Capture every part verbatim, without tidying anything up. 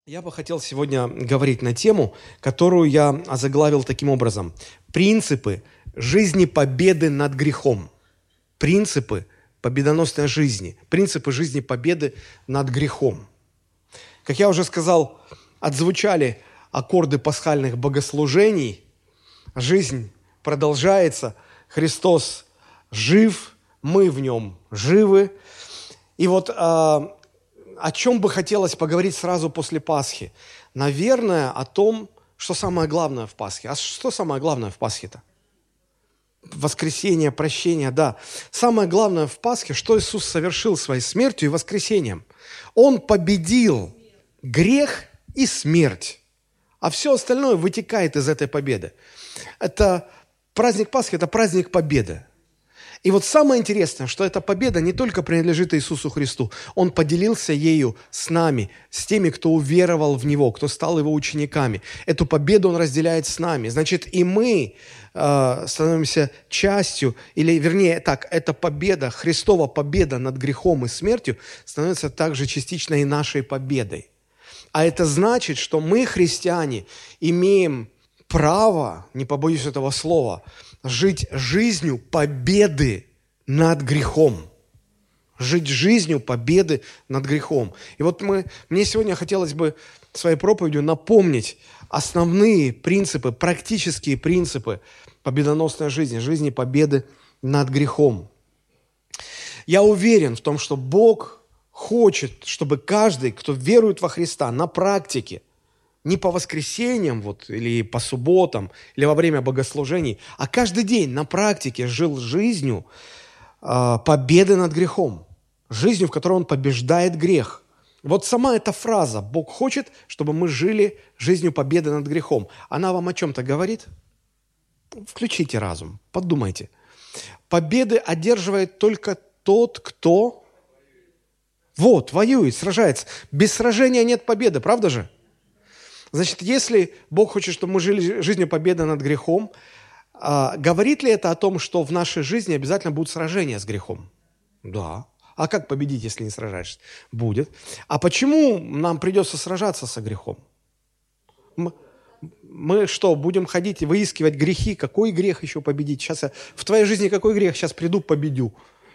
Я бы хотел сегодня говорить на тему, которую я озаглавил таким образом. Принципы жизни победы над грехом. Принципы победоносной жизни. Принципы жизни победы над грехом. Как я уже сказал, отзвучали аккорды пасхальных богослужений. Жизнь продолжается. Христос жив, мы в нем живы. И вот а, о чем бы хотелось поговорить сразу после Пасхи? Наверное, о том, что самое главное в Пасхе. А что самое главное в Пасхе-то? Воскресение, прощение, да. Самое главное в Пасхе, что Иисус совершил своей смертью и воскресением. Он победил грех и смерть. А все остальное вытекает из этой победы. Это праздник Пасхи, это праздник победы. И вот самое интересное, что эта победа не только принадлежит Иисусу Христу. Он поделился ею с нами, с теми, кто уверовал в Него, кто стал Его учениками. Эту победу Он разделяет с нами. Значит, и мы э, становимся частью, или вернее так, эта победа, Христова победа над грехом и смертью становится также частично и нашей победой. А это значит, что мы, христиане, имеем право, не побоюсь этого слова, жить жизнью победы над грехом. Жить жизнью победы над грехом. И вот мы, мне сегодня хотелось бы своей проповедью напомнить основные принципы, практические принципы победоносной жизни, жизни победы над грехом. Я уверен в том, что Бог хочет, чтобы каждый, кто верует во Христа на практике, не по воскресеньям вот, или по субботам, или во время богослужений, а каждый день на практике жил жизнью э, победы над грехом. Жизнью, в которой он побеждает грех. Вот сама эта фраза «Бог хочет, чтобы мы жили жизнью победы над грехом». Она вам о чем-то говорит? Включите разум, подумайте. Победы одерживает только тот, кто... Вот, воюет, сражается. Без сражения нет победы, правда же? Значит, если Бог хочет, чтобы мы жили жизнью победы над грехом, а, говорит ли это о том, что в нашей жизни обязательно будут сражения с грехом? Да. А как победить, если не сражаешься? Будет. А почему нам придется сражаться со грехом? Мы, мы что, будем ходить и выискивать грехи? Какой грех еще победить? Сейчас я, в твоей жизни какой грех? Сейчас приду, победю.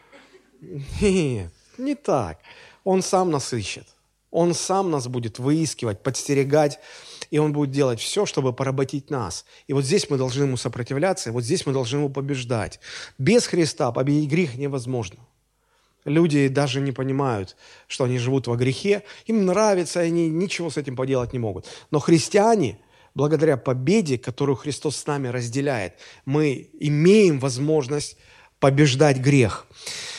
Нет, не так. Он сам нас ищет. Он сам нас будет выискивать, подстерегать, и Он будет делать все, чтобы поработить нас. И вот здесь мы должны Ему сопротивляться, и вот здесь мы должны Его побеждать. Без Христа победить грех невозможно. Люди даже не понимают, что они живут во грехе, им нравится, и они ничего с этим поделать не могут. Но христиане, благодаря победе, которую Христос с нами разделяет, мы имеем возможность побеждать грех.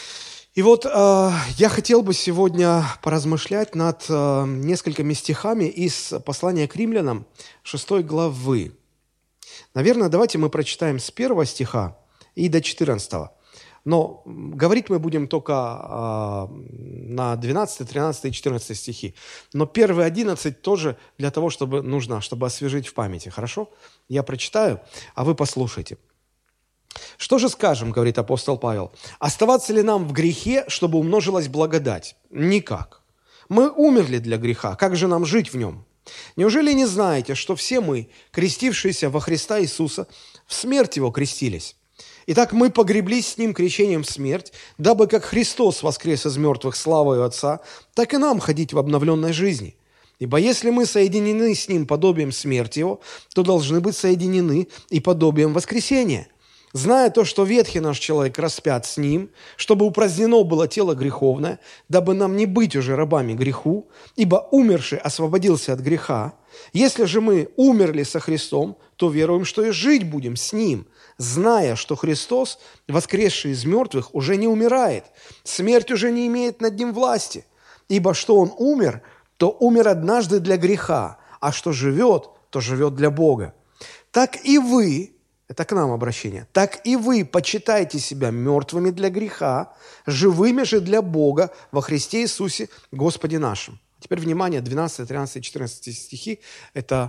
И вот э, я хотел бы сегодня поразмышлять над э, несколькими стихами из послания к римлянам шестой главы. Наверное, давайте мы прочитаем с первого стиха и до четырнадцатого. Но говорить мы будем только э, на двенадцатый, тринадцатый и четырнадцатый стихи. Но первые одиннадцать тоже для того, чтобы нужно, чтобы освежить в памяти. Хорошо? Я прочитаю, а вы послушайте. «Что же скажем, — говорит апостол Павел, — оставаться ли нам в грехе, чтобы умножилась благодать? Никак. Мы умерли для греха, как же нам жить в нем? Неужели не знаете, что все мы, крестившиеся во Христа Иисуса, в смерть Его крестились? Итак, мы погреблись с Ним крещением в смерть, дабы как Христос воскрес из мертвых славою Отца, так и нам ходить в обновленной жизни. Ибо если мы соединены с Ним подобием смерти Его, то должны быть соединены и подобием воскресения. Зная то, что ветхий наш человек распят с Ним, чтобы упразднено было тело греховное, дабы нам не быть уже рабами греху, ибо умерший освободился от греха. Если же мы умерли со Христом, то веруем, что и жить будем с Ним, зная, что Христос, воскресший из мертвых, уже не умирает, смерть уже не имеет над Ним власти. Ибо что Он умер, то умер однажды для греха, а что живет, то живет для Бога. Так и вы... Это к нам обращение. «Так и вы почитайте себя мертвыми для греха, живыми же для Бога во Христе Иисусе, Господе нашим». Теперь, внимание, двенадцатый, тринадцатый, четырнадцатый стихи – это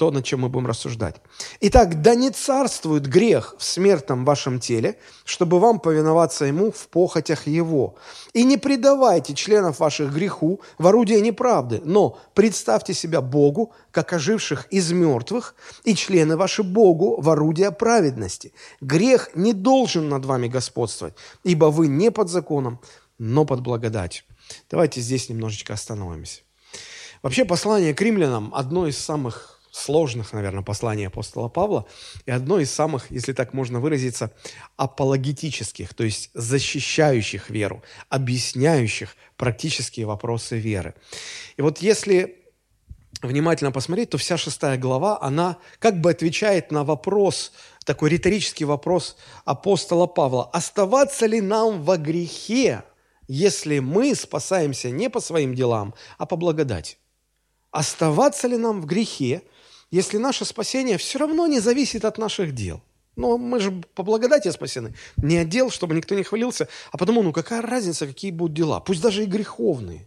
то, над чем мы будем рассуждать. Итак, да не царствует грех в смертном вашем теле, чтобы вам повиноваться ему в похотях его. И не предавайте членов ваших греху в орудие неправды, но представьте себя Богу, как оживших из мертвых, и члены ваши Богу в орудие праведности. Грех не должен над вами господствовать, ибо вы не под законом, но под благодатью. Давайте здесь немножечко остановимся. Вообще послание к римлянам – одно из самых сложных, наверное, посланий апостола Павла и одно из самых, если так можно выразиться, апологетических, то есть защищающих веру, объясняющих практические вопросы веры. И вот если внимательно посмотреть, то вся шестая глава, она как бы отвечает на вопрос, такой риторический вопрос апостола Павла. Оставаться ли нам во грехе, если мы спасаемся не по своим делам, а по благодати? Оставаться ли нам в грехе, если наше спасение все равно не зависит от наших дел? Но мы же по благодати спасены. Не от дел, чтобы никто не хвалился, а потому, ну какая разница, какие будут дела, пусть даже и греховные.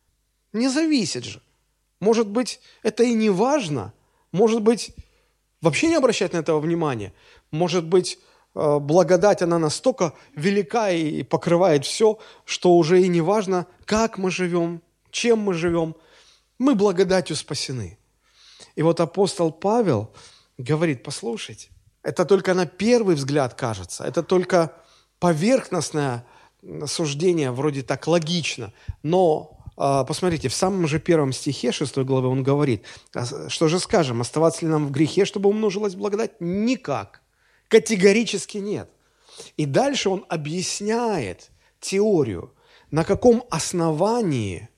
Не зависит же. Может быть, это и не важно, может быть, вообще не обращать на это внимания, может быть, благодать, она настолько велика и покрывает все, что уже и не важно, как мы живем, чем мы живем. Мы благодатью спасены. И вот апостол Павел говорит, послушайте, это только на первый взгляд кажется, это только поверхностное суждение, вроде так логично, но посмотрите, в самом же первом стихе шестой главы он говорит, что же скажем, оставаться ли нам в грехе, чтобы умножилась благодать? Никак. Категорически нет. И дальше он объясняет теорию, на каком основании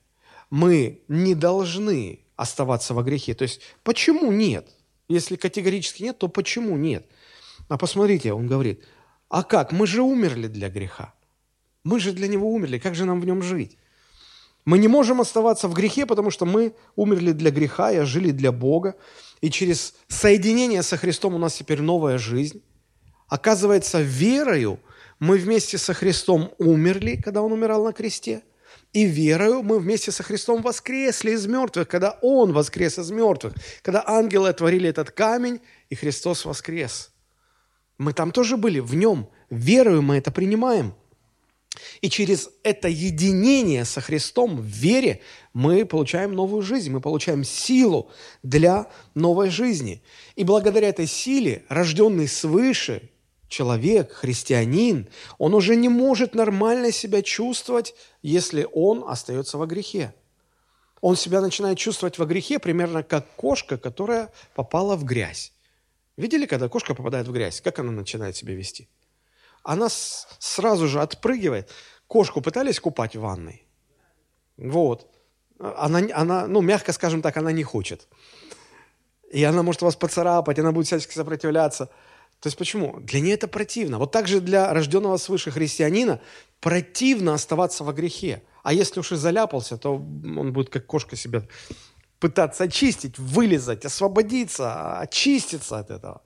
мы не должны оставаться во грехе. То есть, почему нет? Если категорически нет, то почему нет? А посмотрите, он говорит, а как? Мы же умерли для греха. Мы же для него умерли. Как же нам в нем жить? Мы не можем оставаться в грехе, потому что мы умерли для греха и жили для Бога. И через соединение со Христом у нас теперь новая жизнь. Оказывается, верою мы вместе со Христом умерли, когда Он умирал на кресте. И верою мы вместе со Христом воскресли из мертвых, когда Он воскрес из мертвых, когда ангелы отворили этот камень, и Христос воскрес. Мы там тоже были, в Нем. Верою мы это принимаем. И через это единение со Христом в вере мы получаем новую жизнь, мы получаем силу для новой жизни. И благодаря этой силе, рожденный свыше, человек, христианин, он уже не может нормально себя чувствовать, если он остается во грехе. Он себя начинает чувствовать во грехе примерно как кошка, которая попала в грязь. Видели, когда кошка попадает в грязь, как она начинает себя вести? Она с- сразу же отпрыгивает. Кошку пытались купать в ванной? Вот. Она, она, ну, мягко скажем так, она не хочет. И она может вас поцарапать, она будет всячески сопротивляться. То есть почему? Для нее это противно. Вот так же для рожденного свыше христианина противно оставаться во грехе. А если уж и заляпался, то он будет как кошка себя пытаться очистить, вылезать, освободиться, очиститься от этого.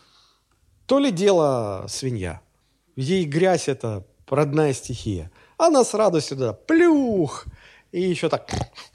То ли дело свинья. Ей грязь – это родная стихия. Она с радостью туда плюх, и еще так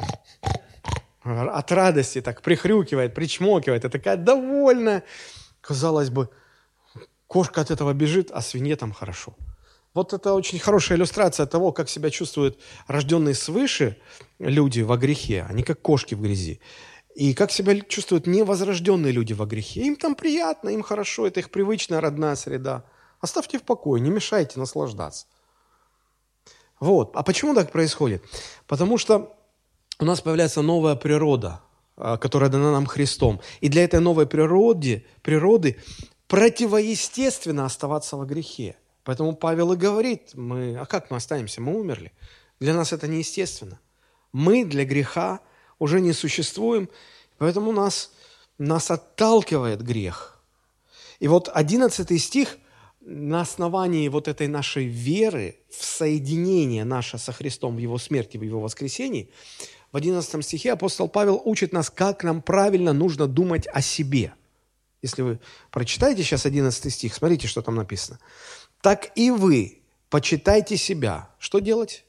от радости так прихрюкивает, причмокивает, и такая довольная. Казалось бы, кошка от этого бежит, а свинье там хорошо. Вот это очень хорошая иллюстрация того, как себя чувствуют рожденные свыше люди во грехе. Они как кошки в грязи. И как себя чувствуют невозрожденные люди во грехе. Им там приятно, им хорошо, это их привычная родная среда. Оставьте в покое, не мешайте наслаждаться. Вот. А почему так происходит? Потому что у нас появляется новая природа, которая дана нам Христом. И для этой новой природы, природы противоестественно оставаться во грехе. Поэтому Павел и говорит, мы, а как мы останемся? Мы умерли. Для нас это неестественно. Мы для греха уже не существуем, поэтому нас, нас отталкивает грех. И вот одиннадцатый стих на основании вот этой нашей веры в соединение наше со Христом в Его смерти, в Его воскресении, в одиннадцатом стихе апостол Павел учит нас, как нам правильно нужно думать о себе. Если вы прочитаете сейчас одиннадцатый стих, смотрите, что там написано. «Так и вы почитайте себя». Что делать?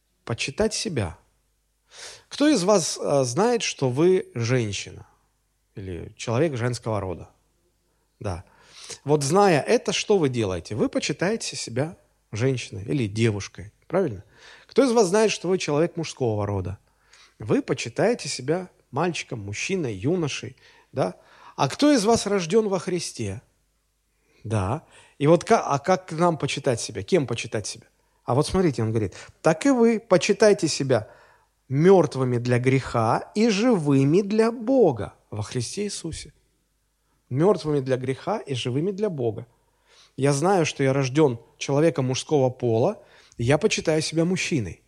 Почитать себя. Кто из вас а, знает, что вы женщина? или человек женского рода. Да. Вот зная это, что вы делаете? Вы почитаете себя женщиной или девушкой, правильно? Кто из вас знает, что вы человек мужского рода? Вы почитаете себя мальчиком, мужчиной, юношей, да? А кто из вас рожден во Христе? Да. И вот как, а как нам почитать себя? Кем почитать себя? А вот смотрите, он говорит, так и вы почитайте себя мертвыми для греха и живыми для Бога во Христе Иисусе. Мертвыми для греха и живыми для Бога. Я знаю, что я рожден человеком мужского пола, и я почитаю себя мужчиной.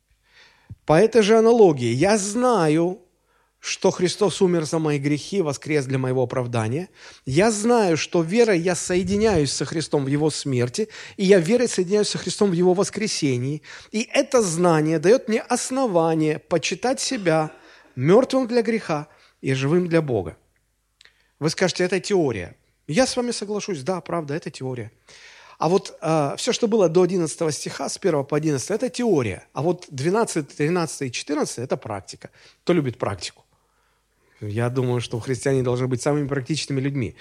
По этой же аналогии, я знаю, что Христос умер за мои грехи, воскрес для моего оправдания. Я знаю, что верой я соединяюсь со Христом в Его смерти, и я верой соединяюсь со Христом в Его воскресении. И это знание дает мне основание почитать себя мертвым для греха и живым для Бога. Вы скажете, это теория. Я с вами соглашусь, да, правда, это теория. А вот э, все, что было до одиннадцатого стиха, с первого по одиннадцатый, это теория. А вот двенадцатый, тринадцатый и четырнадцатый – это практика. Кто любит практику? Я думаю, что христиане должны быть самыми практичными людьми.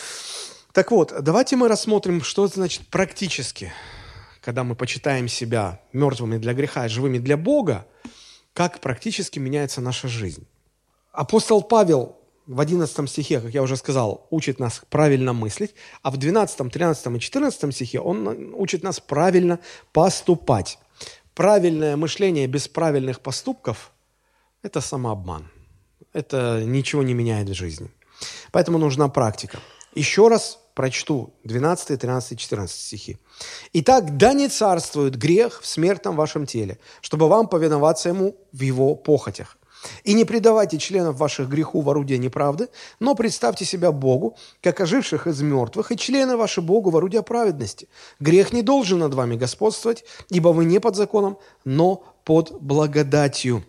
Так вот, давайте мы рассмотрим, что значит практически, когда мы почитаем себя мертвыми для греха и живыми для Бога, как практически меняется наша жизнь. Апостол Павел в одиннадцатом стихе, как я уже сказал, учит нас правильно мыслить, а в двенадцатом, тринадцатом и четырнадцатом стихе он учит нас правильно поступать. Правильное мышление без правильных поступков – это самообман. Это ничего не меняет в жизни. Поэтому нужна практика. Еще раз прочту двенадцатый, тринадцатый, четырнадцатый стихи. «Итак, да не царствует грех в смертном вашем теле, чтобы вам повиноваться ему в его похотях. И не предавайте членов ваших греху в орудие неправды, но представьте себя Богу, как оживших из мертвых, и члены ваши Богу в орудие праведности. Грех не должен над вами господствовать, ибо вы не под законом, но под благодатью».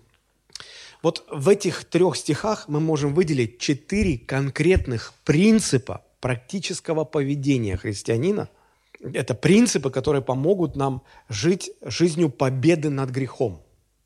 Вот в этих трех стихах мы можем выделить четыре конкретных принципа практического поведения христианина. Это принципы, которые помогут нам жить жизнью победы над грехом.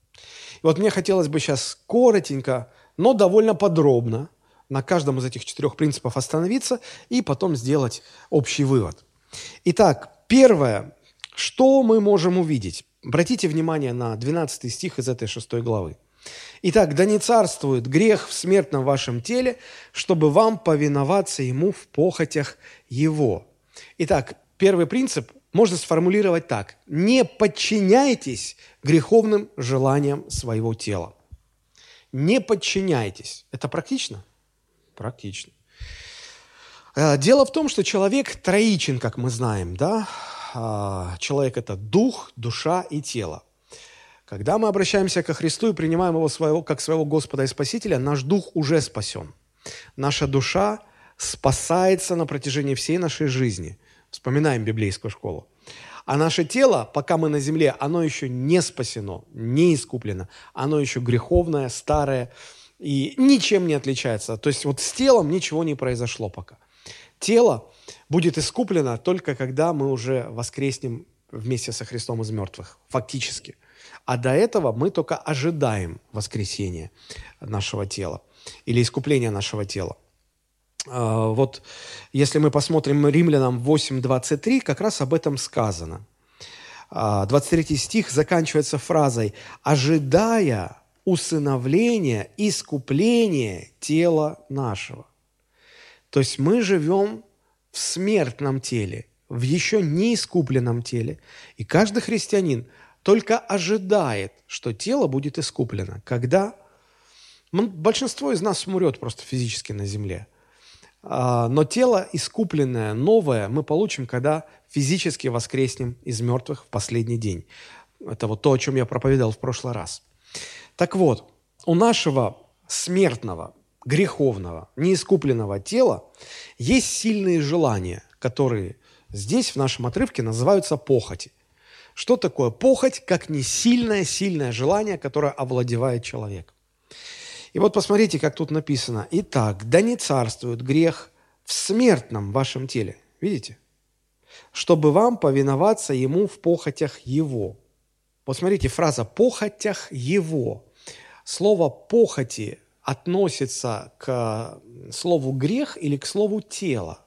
И вот мне хотелось бы сейчас коротенько, но довольно подробно на каждом из этих четырех принципов остановиться и потом сделать общий вывод. Итак, первое, что мы можем увидеть? Обратите внимание на двенадцатый стих из этой шестой главы. «Итак, да не царствует грех в смертном вашем теле, чтобы вам повиноваться ему в похотях его». Итак, первый принцип можно сформулировать так. Не подчиняйтесь греховным желаниям своего тела. Не подчиняйтесь. Это практично? Практично. Дело в том, что человек троичен, как мы знаем, да? Человек – это дух, душа и тело. Когда мы обращаемся ко Христу и принимаем Его своего, как своего Господа и Спасителя, наш дух уже спасен. Наша душа спасается на протяжении всей нашей жизни. Вспоминаем библейскую школу. А наше тело, пока мы на земле, оно еще не спасено, не искуплено. Оно еще греховное, старое и ничем не отличается. То есть вот с телом ничего не произошло пока. Тело будет искуплено только когда мы уже воскреснем вместе со Христом из мертвых, фактически. А до этого мы только ожидаем воскресения нашего тела или искупления нашего тела. Вот если мы посмотрим Римлянам восемь двадцать три, как раз об этом сказано. двадцать третий стих заканчивается фразой «ожидая усыновления, искупления тела нашего». То есть мы живем в смертном теле, в еще не искупленном теле. И каждый христианин только ожидает, что тело будет искуплено, когда большинство из нас умрет просто физически на земле. Но тело искупленное, новое, мы получим, когда физически воскреснем из мертвых в последний день. Это вот то, о чем я проповедовал в прошлый раз. Так вот, у нашего смертного, греховного, неискупленного тела есть сильные желания, которые здесь в нашем отрывке называются похоти. Что такое похоть, как не сильное, сильное желание, которое овладевает человеком? И вот посмотрите, как тут написано. «Итак, да не царствует грех в смертном вашем теле». Видите? «Чтобы вам повиноваться ему в похотях его». Вот смотрите, фраза «похотях его». Слово «похоти» относится к слову «грех» или к слову «тело»?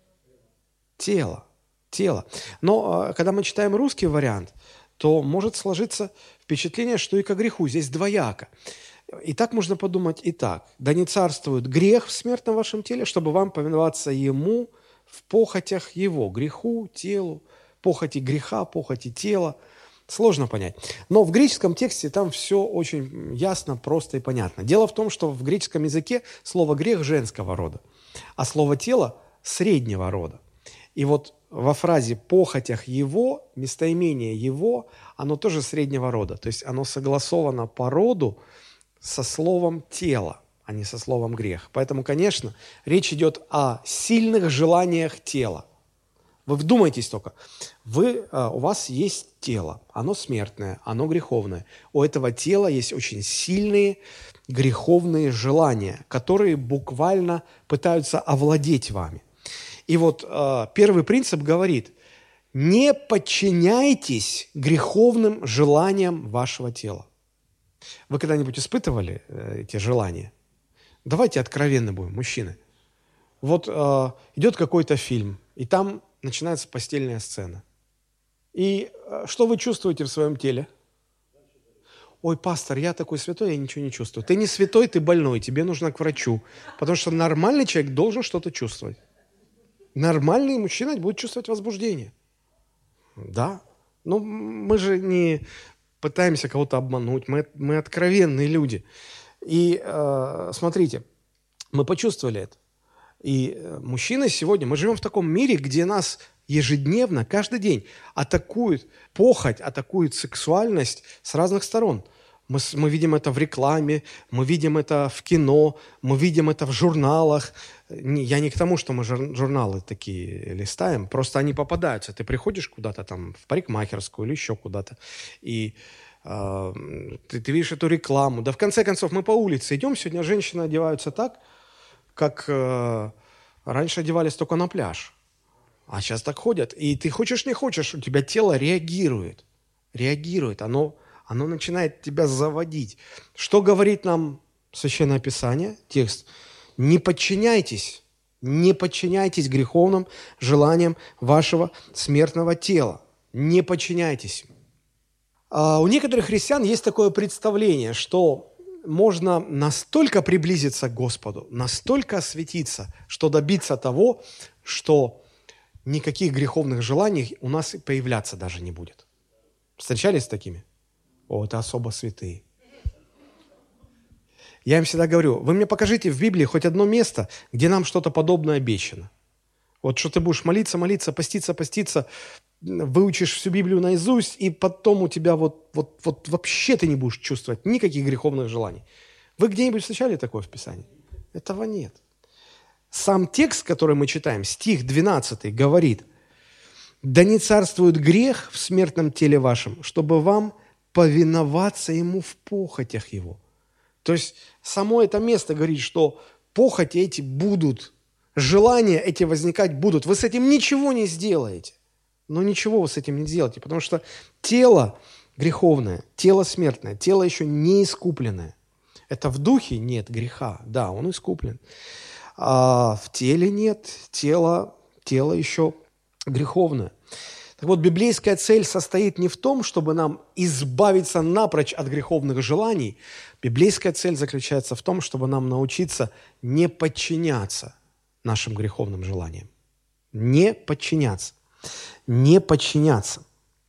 Тело. Тело. Но э, когда мы читаем русский вариант, то может сложиться впечатление, что и ко греху. Здесь двояко. И так можно подумать и так. «Да не царствует грех в смертном вашем теле, чтобы вам повиноваться ему в похотях его». Греху, телу, похоти греха, похоти тела. Сложно понять. Но в греческом тексте там все очень ясно, просто и понятно. Дело в том, что в греческом языке слово «грех» женского рода, а слово «тело» среднего рода. И вот во фразе «похотях его», местоимение «его», оно тоже среднего рода. То есть оно согласовано по роду со словом «тело», а не со словом «грех». Поэтому, конечно, речь идет о сильных желаниях тела. Вы вдумайтесь только. Вы, у вас есть тело, оно смертное, оно греховное. У этого тела есть очень сильные греховные желания, которые буквально пытаются овладеть вами. И вот первый принцип говорит: не подчиняйтесь греховным желаниям вашего тела. Вы когда-нибудь испытывали эти желания? Давайте откровенны будем, мужчины. Вот идет какой-то фильм, и там начинается постельная сцена. И что вы чувствуете в своем теле? Ой, пастор, я такой святой, я ничего не чувствую. Ты не святой, ты больной, тебе нужно к врачу. Потому что нормальный человек должен что-то чувствовать. Нормальный мужчина будет чувствовать возбуждение. Да. Но мы же не пытаемся кого-то обмануть, мы, мы откровенные люди. И э, смотрите, мы почувствовали это. И мужчины сегодня, мы живем в таком мире, где нас ежедневно, каждый день атакуют похоть, атакуют сексуальность с разных сторон. Мы, мы видим это в рекламе, мы видим это в кино, мы видим это в журналах. Я не к тому, что мы жур, журналы такие листаем, просто они попадаются. Ты приходишь куда-то там в парикмахерскую или еще куда-то, и э, ты, ты видишь эту рекламу. Да в конце концов, мы по улице идем, сегодня женщины одеваются так, как э, раньше одевались только на пляж. А сейчас так ходят. И ты хочешь, не хочешь, у тебя тело реагирует. Реагирует. Оно, оно начинает тебя заводить. Что говорит нам Священное Писание? Текст. Не подчиняйтесь, не подчиняйтесь греховным желаниям вашего смертного тела. Не подчиняйтесь. А у некоторых христиан есть такое представление, что можно настолько приблизиться к Господу, настолько осветиться, что добиться того, что никаких греховных желаний у нас появляться даже не будет. Встречались с такими? О, это особо святые. Я им всегда говорю, вы мне покажите в Библии хоть одно место, где нам что-то подобное обещано. Вот что ты будешь молиться, молиться, поститься, поститься, выучишь всю Библию наизусть, и потом у тебя вот, вот, вот вообще ты не будешь чувствовать никаких греховных желаний. Вы где-нибудь встречали такое в Писании? Этого нет. Сам текст, который мы читаем, стих двенадцатый, говорит: «Да не царствует грех в смертном теле вашем, чтобы вам повиноваться ему в похотях его». То есть само это место говорит, что похоти эти будут, желания эти возникать будут. Вы с этим ничего не сделаете. Но ничего вы с этим не сделаете, потому что тело греховное, тело смертное, тело еще не искупленное. Это в духе нет греха, да, он искуплен. А в теле нет, тело, тело еще греховное. Так вот, библейская цель состоит не в том, чтобы нам избавиться напрочь от греховных желаний. Библейская цель заключается в том, чтобы нам научиться не подчиняться нашим греховным желаниям. Не подчиняться. Не подчиняться.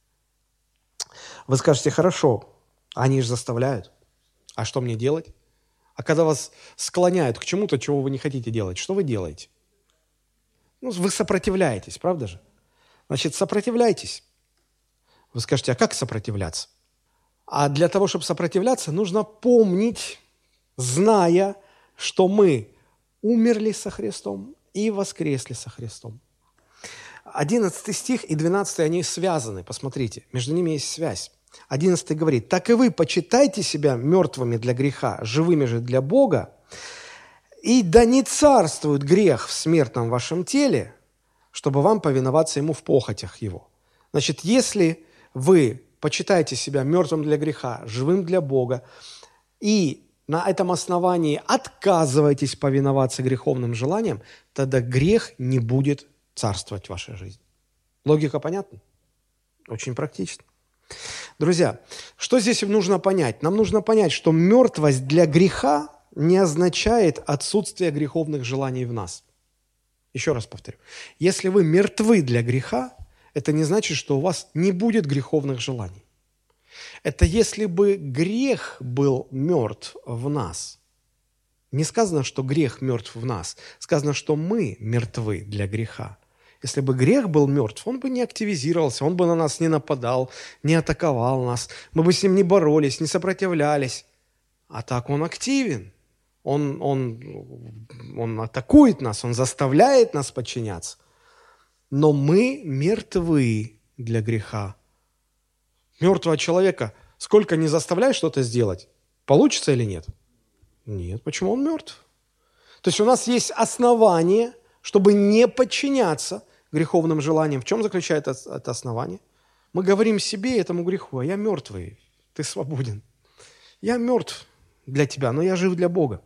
Вы скажете, хорошо, они же заставляют. А что мне делать? А когда вас склоняют к чему-то, чего вы не хотите делать, что вы делаете? Ну, вы сопротивляетесь, правда же? Значит, сопротивляйтесь. Вы скажете, а как сопротивляться? А для того, чтобы сопротивляться, нужно помнить, зная, что мы умерли со Христом и воскресли со Христом. одиннадцатый стих и двенадцатый, они связаны, посмотрите, между ними есть связь. одиннадцатый говорит: «Так и вы почитайте себя мертвыми для греха, живыми же для Бога, и да не царствует грех в смертном вашем теле, чтобы вам повиноваться ему в похотях его». Значит, если вы почитаете себя мертвым для греха, живым для Бога, и на этом основании отказываетесь повиноваться греховным желаниям, тогда грех не будет царствовать в вашей жизни. Логика понятна? Очень практично. Друзья, что здесь нужно понять? Нам нужно понять, что мертвость для греха не означает отсутствие греховных желаний в нас. Еще раз повторю. Если вы мертвы для греха, это не значит, что у вас не будет греховных желаний. Это если бы грех был мертв в нас. Не сказано, что грех мертв в нас. Сказано, что мы мертвы для греха. Если бы грех был мертв, он бы не активизировался, он бы на нас не нападал, не атаковал нас. Мы бы с ним не боролись, не сопротивлялись. А так он активен. Он, он, он атакует нас, он заставляет нас подчиняться. Но мы мертвы для греха. Мертвого человека сколько не заставляй что-то сделать, получится или нет? Нет. Почему? Он мертв. То есть у нас есть основание, чтобы не подчиняться греховным желаниям. В чем заключается это основание? Мы говорим себе, этому греху: а я мертвый, ты свободен. Я мертв для тебя, но я жив для Бога.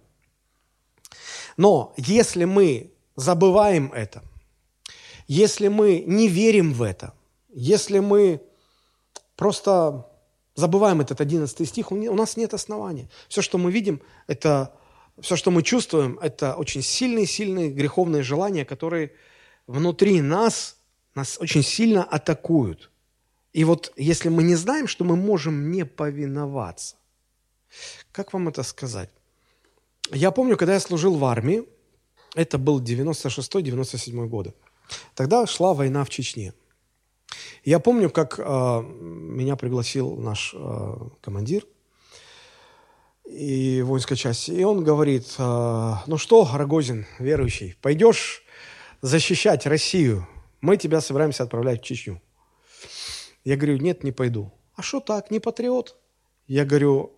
Но если мы забываем это, если мы не верим в это, если мы просто забываем этот одиннадцатый стих, у нас нет основания. Все, что мы видим, это, все, что мы чувствуем, это очень сильные-сильные греховные желания, которые внутри нас, нас очень сильно атакуют. И вот если мы не знаем, что мы можем не повиноваться, как вам это сказать? Я помню, когда я служил в армии, это был девяносто шестой - девяносто седьмой годы. Тогда шла война в Чечне. Я помню, как э, меня пригласил наш э, командир и воинской части, и он говорит: э, ну что, Рогозин, верующий, пойдешь защищать Россию, мы тебя собираемся отправлять в Чечню. Я говорю: нет, не пойду. А что так, не патриот? Я говорю: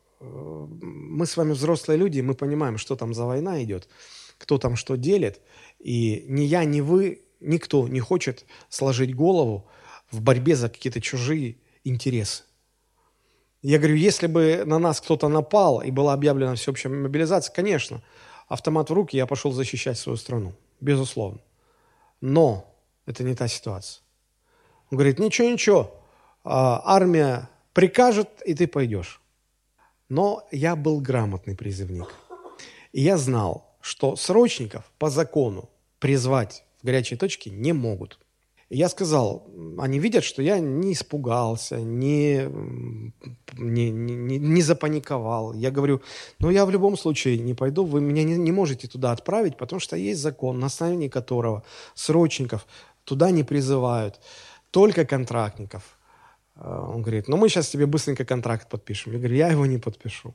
мы с вами взрослые люди, мы понимаем, что там за война идет, кто там что делит, и ни я, ни вы, никто не хочет сложить голову в борьбе за какие-то чужие интересы. Я говорю: если бы на нас кто-то напал и была объявлена всеобщая мобилизация, конечно, автомат в руки, я пошел защищать свою страну, безусловно. Но это не та ситуация. Он говорит: ничего-ничего, армия прикажет, и ты пойдешь. Но я был грамотный призывник. И я знал, что срочников по закону призвать в горячие точки не могут. И я сказал, они видят, что я не испугался, не, не, не, не запаниковал. Я говорю: ну я в любом случае не пойду, вы меня не, не можете туда отправить, потому что есть закон, на основании которого срочников туда не призывают, только контрактников. Он говорит: ну мы сейчас тебе быстренько контракт подпишем. Я говорю: я его не подпишу.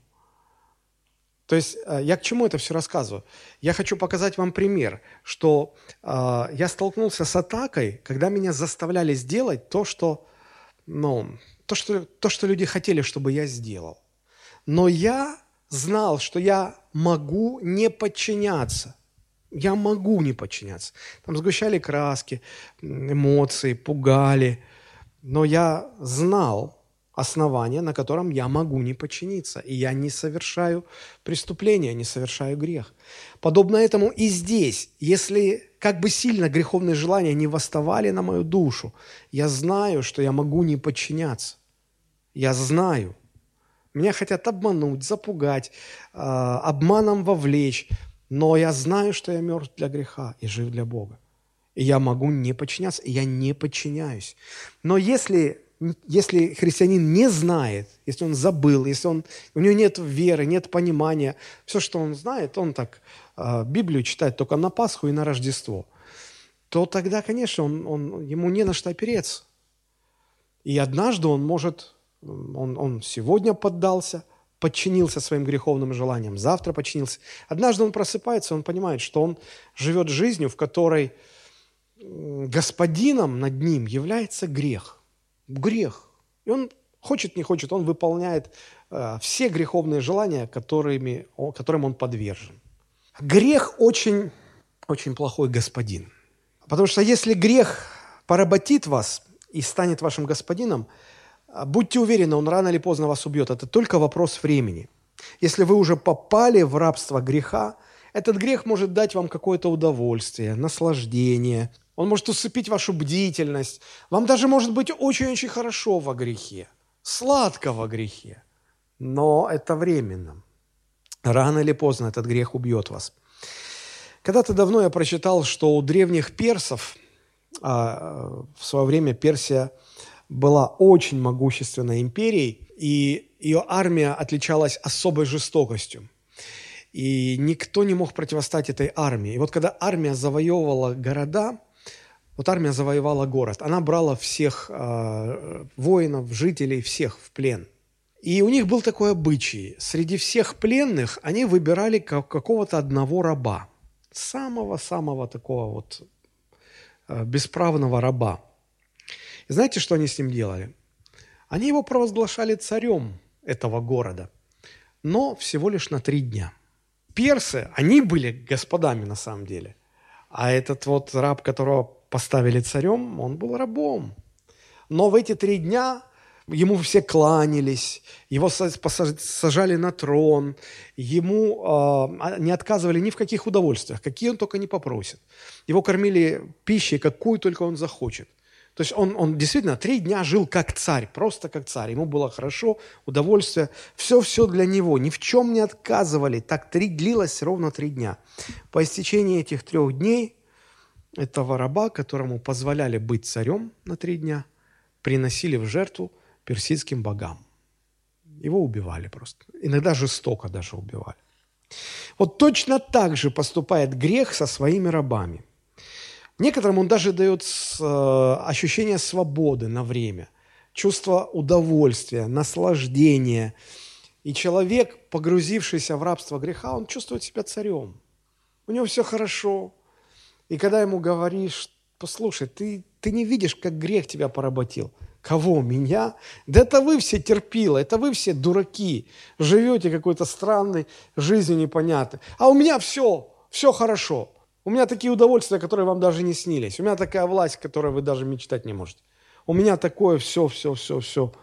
То есть я к чему это все рассказываю? Я хочу показать вам пример, что э, я столкнулся с атакой, когда меня заставляли сделать то, что, ну, то, что, то, что люди хотели, чтобы я сделал. Но я знал, что я могу не подчиняться. Я могу не подчиняться. Там сгущали краски, эмоции, пугали. Но я знал основание, на котором я могу не подчиниться. И я не совершаю преступления, не совершаю грех. Подобно этому и здесь. Если как бы сильно греховные желания не восставали на мою душу, я знаю, что я могу не подчиняться. Я знаю. Меня хотят обмануть, запугать, э, обманом вовлечь. Но я знаю, что я мертв для греха и жив для Бога. И я могу не подчиняться, и я не подчиняюсь. Но если, если христианин не знает, если он забыл, если он, у него нет веры, нет понимания, все, что он знает, он так э, Библию читает только на Пасху и на Рождество, то тогда, конечно, он, он, ему не на что опереться. И однажды он может, он, он сегодня поддался, подчинился своим греховным желаниям, завтра подчинился. Однажды он просыпается, он понимает, что он живет жизнью, в которой господином над ним является грех. Грех. И он хочет, не хочет, он выполняет э, все греховные желания, которыми, о, которым он подвержен. Грех очень, очень плохой господин. Потому что если грех поработит вас и станет вашим господином, будьте уверены, он рано или поздно вас убьет. Это только вопрос времени. Если вы уже попали в рабство греха, этот грех может дать вам какое-то удовольствие, наслаждение. Он может усыпить вашу бдительность. Вам даже может быть очень-очень хорошо во грехе, сладко во грехе. Но это временно. Рано или поздно этот грех убьет вас. Когда-то давно я прочитал, что у древних персов, а, в свое время Персия была очень могущественной империей, и ее армия отличалась особой жестокостью. И никто не мог противостоять этой армии. И вот когда армия завоевывала города, вот армия завоевала город, она брала всех э, воинов, жителей, всех в плен. И у них был такой обычай. Среди всех пленных они выбирали какого-то одного раба. Самого-самого такого вот э, бесправного раба. И знаете, что они с ним делали? Они его провозглашали царем этого города, но всего лишь на три дня. Персы, они были господами на самом деле, а этот вот раб, которого поставили царем, он был рабом. Но в эти три дня ему все кланялись, его сажали на трон, ему э, не отказывали ни в каких удовольствиях, какие он только не попросит. Его кормили пищей, какую только он захочет. То есть он, он действительно три дня жил как царь, просто как царь. Ему было хорошо, удовольствие, все-все для него. Ни в чем не отказывали. Так три, длилось ровно три дня. По истечении этих трех дней этого раба, которому позволяли быть царем на три дня, приносили в жертву персидским богам. Его убивали просто. Иногда жестоко даже убивали. Вот точно так же поступает грех со своими рабами. Некоторым он даже дает э, ощущение свободы на время, чувство удовольствия, наслаждения. И человек, погрузившийся в рабство греха, он чувствует себя царем. У него все хорошо. И когда ему говоришь, послушай, ты, ты не видишь, как грех тебя поработил. Кого? Меня? Да это вы все терпилы, это вы все дураки. Живете какой-то странной жизнью непонятной. А у меня все, все хорошо. У меня такие удовольствия, которые вам даже не снились. У меня такая власть, которой вы даже мечтать не можете. У меня такое все, все, все, все.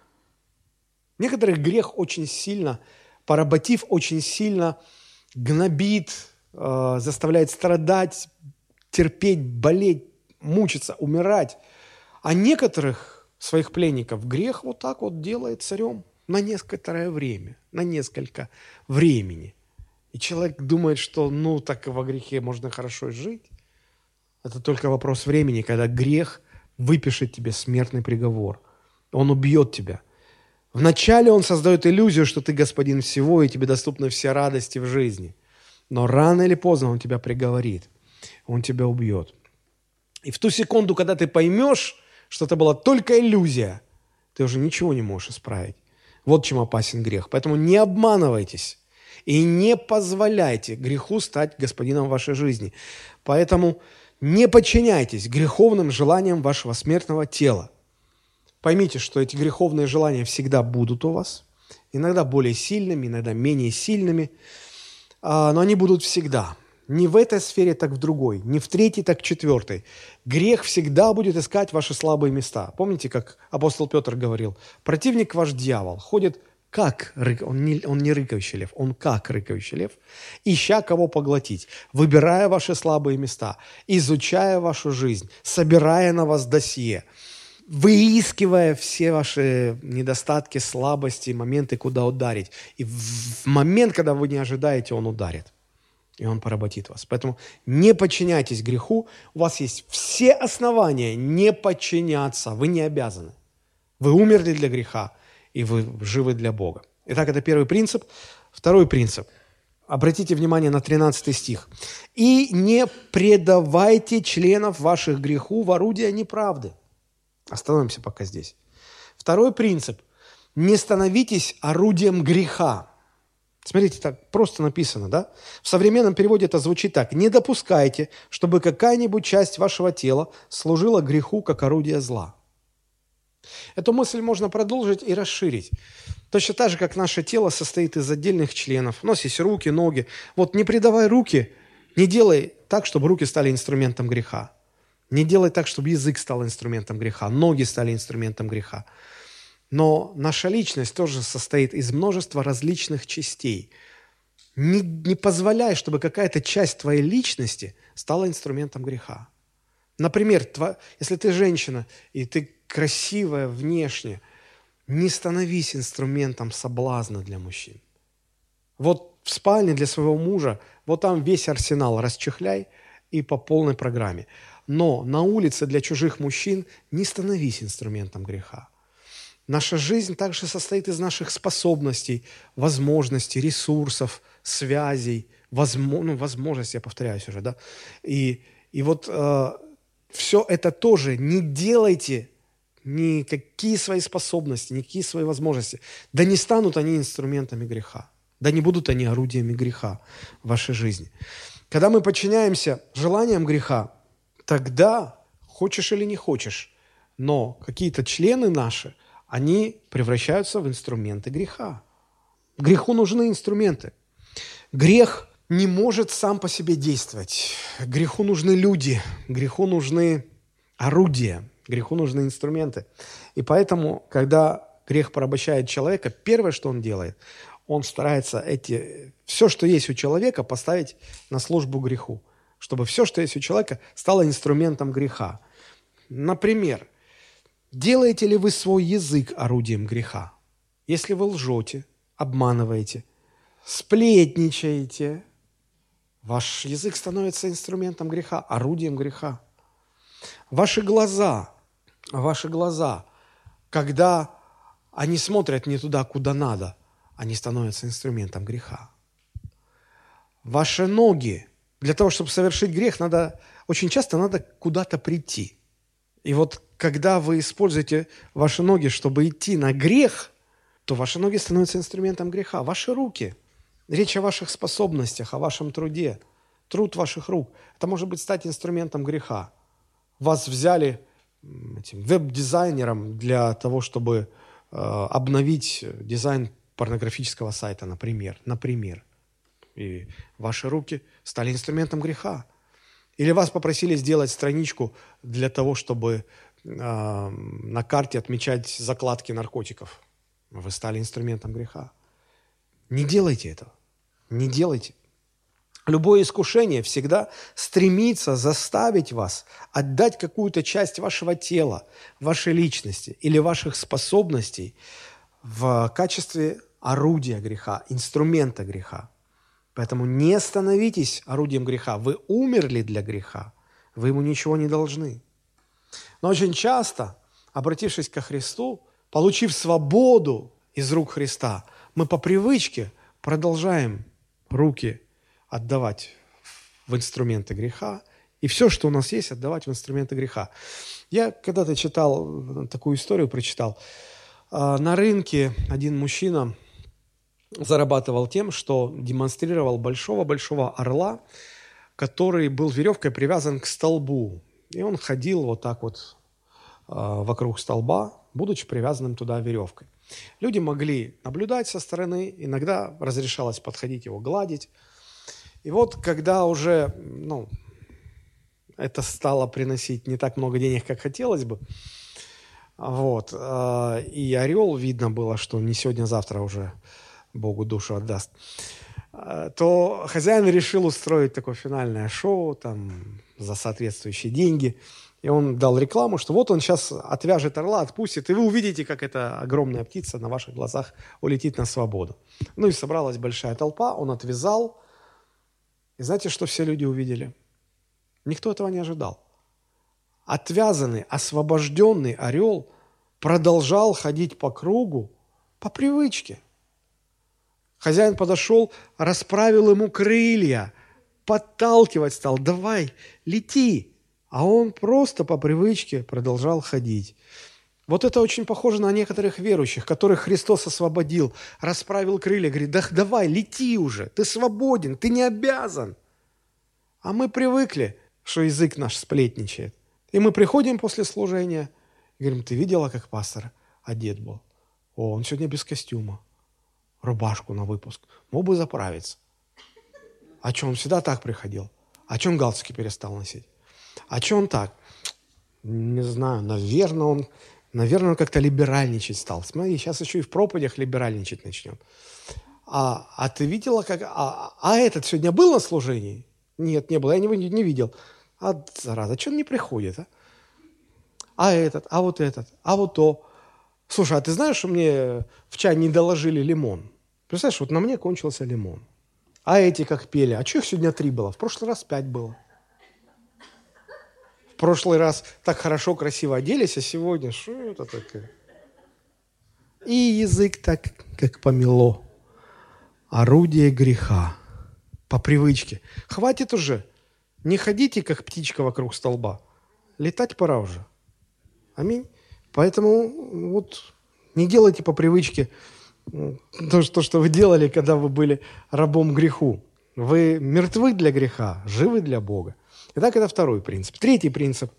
Некоторых грех очень сильно, поработив, очень сильно гнобит, э, заставляет страдать, терпеть, болеть, мучиться, умирать. А некоторых своих пленников грех вот так вот делает царем на некоторое время, на несколько времени. И человек думает, что ну так во грехе можно хорошо жить. Это только вопрос времени, когда грех выпишет тебе смертный приговор. Он убьет тебя. Вначале он создает иллюзию, что ты господин всего, и тебе доступны все радости в жизни. Но рано или поздно он тебя приговорит. Он тебя убьет. И в ту секунду, когда ты поймешь, что это была только иллюзия, ты уже ничего не можешь исправить. Вот чем опасен грех. Поэтому не обманывайтесь. И не позволяйте греху стать господином вашей жизни. Поэтому не подчиняйтесь греховным желаниям вашего смертного тела. Поймите, что эти греховные желания всегда будут у вас. Иногда более сильными, иногда менее сильными. Но они будут всегда. Не в этой сфере, так в другой. Не в третьей, так в четвертой. Грех всегда будет искать ваши слабые места. Помните, как апостол Петр говорил? Противник ваш дьявол ходит как рык, он не, он не рыкающий лев, он как рыкающий лев, ища кого поглотить, выбирая ваши слабые места, изучая вашу жизнь, собирая на вас досье, выискивая все ваши недостатки, слабости, моменты, куда ударить. И в момент, когда вы не ожидаете, он ударит, и он поработит вас. Поэтому не подчиняйтесь греху, у вас есть все основания не подчиняться, вы не обязаны. Вы умерли для греха, и вы живы для Бога. Итак, это первый принцип. Второй принцип. Обратите внимание на тринадцатый стих. «И не предавайте членов ваших греху в орудие неправды». Остановимся пока здесь. Второй принцип. Не становитесь орудием греха. Смотрите, так просто написано, да? В современном переводе это звучит так. «Не допускайте, чтобы какая-нибудь часть вашего тела служила греху, как орудие зла». Эту мысль можно продолжить и расширить. Точно так же, как наше тело состоит из отдельных членов. У нас есть руки, ноги. Вот не предавай руки, не делай так, чтобы руки стали инструментом греха. Не делай так, чтобы язык стал инструментом греха, ноги стали инструментом греха. Но наша личность тоже состоит из множества различных частей. Не, не позволяй, чтобы какая-то часть твоей личности стала инструментом греха. Например, тва, если ты женщина, и ты красивая внешне, не становись инструментом соблазна для мужчин. Вот в спальне для своего мужа, вот там весь арсенал расчехляй и по полной программе. Но на улице для чужих мужчин не становись инструментом греха. Наша жизнь также состоит из наших способностей, возможностей, ресурсов, связей, возможно, ну, возможностей, я повторяюсь уже, да. И, и вот э, все это тоже не делайте, никакие свои способности, никакие свои возможности, да не станут они инструментами греха, да не будут они орудиями греха в вашей жизни. Когда мы подчиняемся желаниям греха, тогда, хочешь или не хочешь, но какие-то члены наши, они превращаются в инструменты греха. Греху нужны инструменты. Грех не может сам по себе действовать. Греху нужны люди, греху нужны орудия, греху нужны инструменты. И поэтому, когда грех порабощает человека, первое, что он делает, он старается эти, все, что есть у человека, поставить на службу греху, чтобы все, что есть у человека, стало инструментом греха. Например, делаете ли вы свой язык орудием греха? Если вы лжете, обманываете, сплетничаете, ваш язык становится инструментом греха, орудием греха. Ваши глаза, ваши глаза, когда они смотрят не туда, куда надо, они становятся инструментом греха. Ваши ноги, для того, чтобы совершить грех, надо, очень часто надо куда-то прийти. И вот когда вы используете ваши ноги, чтобы идти на грех, то ваши ноги становятся инструментом греха. Ваши руки, речь о ваших способностях, о вашем труде, труд ваших рук, это может быть стать инструментом греха. Вас взяли этим веб-дизайнером для того, чтобы э, обновить дизайн порнографического сайта, например. Например. И ваши руки стали инструментом греха. Или вас попросили сделать страничку для того, чтобы э, на карте отмечать закладки наркотиков. Вы стали инструментом греха. Не делайте этого. Не делайте. Любое искушение всегда стремится заставить вас отдать какую-то часть вашего тела, вашей личности или ваших способностей в качестве орудия греха, инструмента греха. Поэтому не становитесь орудием греха. Вы умерли для греха. Вы ему ничего не должны. Но очень часто, обратившись ко Христу, получив свободу из рук Христа, мы по привычке продолжаем руки отдавать в инструменты греха, и все, что у нас есть, отдавать в инструменты греха. Я когда-то читал, такую историю прочитал. На рынке один мужчина зарабатывал тем, что демонстрировал большого-большого орла, который был веревкой привязан к столбу. И он ходил вот так вот вокруг столба, будучи привязанным туда веревкой. Люди могли наблюдать со стороны, иногда разрешалось подходить его гладить. И вот когда уже ну, это стало приносить не так много денег, как хотелось бы, вот, и орел, видно было, что не сегодня-завтра уже Богу душу отдаст, то хозяин решил устроить такое финальное шоу там, за соответствующие деньги. И он дал рекламу, что вот он сейчас отвяжет орла, отпустит, и вы увидите, как эта огромная птица на ваших глазах улетит на свободу. Ну и собралась большая толпа, он отвязал. И знаете, что все люди увидели? Никто этого не ожидал. Отвязанный, освобожденный орел продолжал ходить по кругу по привычке. Хозяин подошел, расправил ему крылья, подталкивать стал. Давай, лети. А он просто по привычке продолжал ходить. Вот это очень похоже на некоторых верующих, которых Христос освободил, расправил крылья, говорит, да давай, лети уже, ты свободен, ты не обязан. А мы привыкли, что язык наш сплетничает. И мы приходим после служения и говорим, ты видела, как пастор одет был? О, он сегодня без костюма, рубашку на выпуск, мог бы заправиться. А что, он всегда так приходил? А что он галстуки перестал носить? А что он так? Не знаю, наверное, он Наверное, он как-то либеральничать стал. Смотри, сейчас еще и в проповедях либеральничать начнем. А, а ты видела, как... А, а этот сегодня был на служении? Нет, не было, я его не, не видел. А, зараза, что он не приходит, а? А этот, а вот этот, а вот то. Слушай, а ты знаешь, что мне в чай не доложили лимон? Представляешь, вот на мне кончился лимон. А эти как пели? А что их сегодня три было? В прошлый раз пять было. В прошлый раз так хорошо, красиво оделись, а сегодня что это такое? И язык так, как помело. Орудие греха. По привычке. Хватит уже. Не ходите, как птичка вокруг столба. Летать пора уже. Аминь. Поэтому вот не делайте по привычке то, что вы делали, когда вы были рабом греху. Вы мертвы для греха, живы для Бога. Итак, это второй принцип. Третий принцип.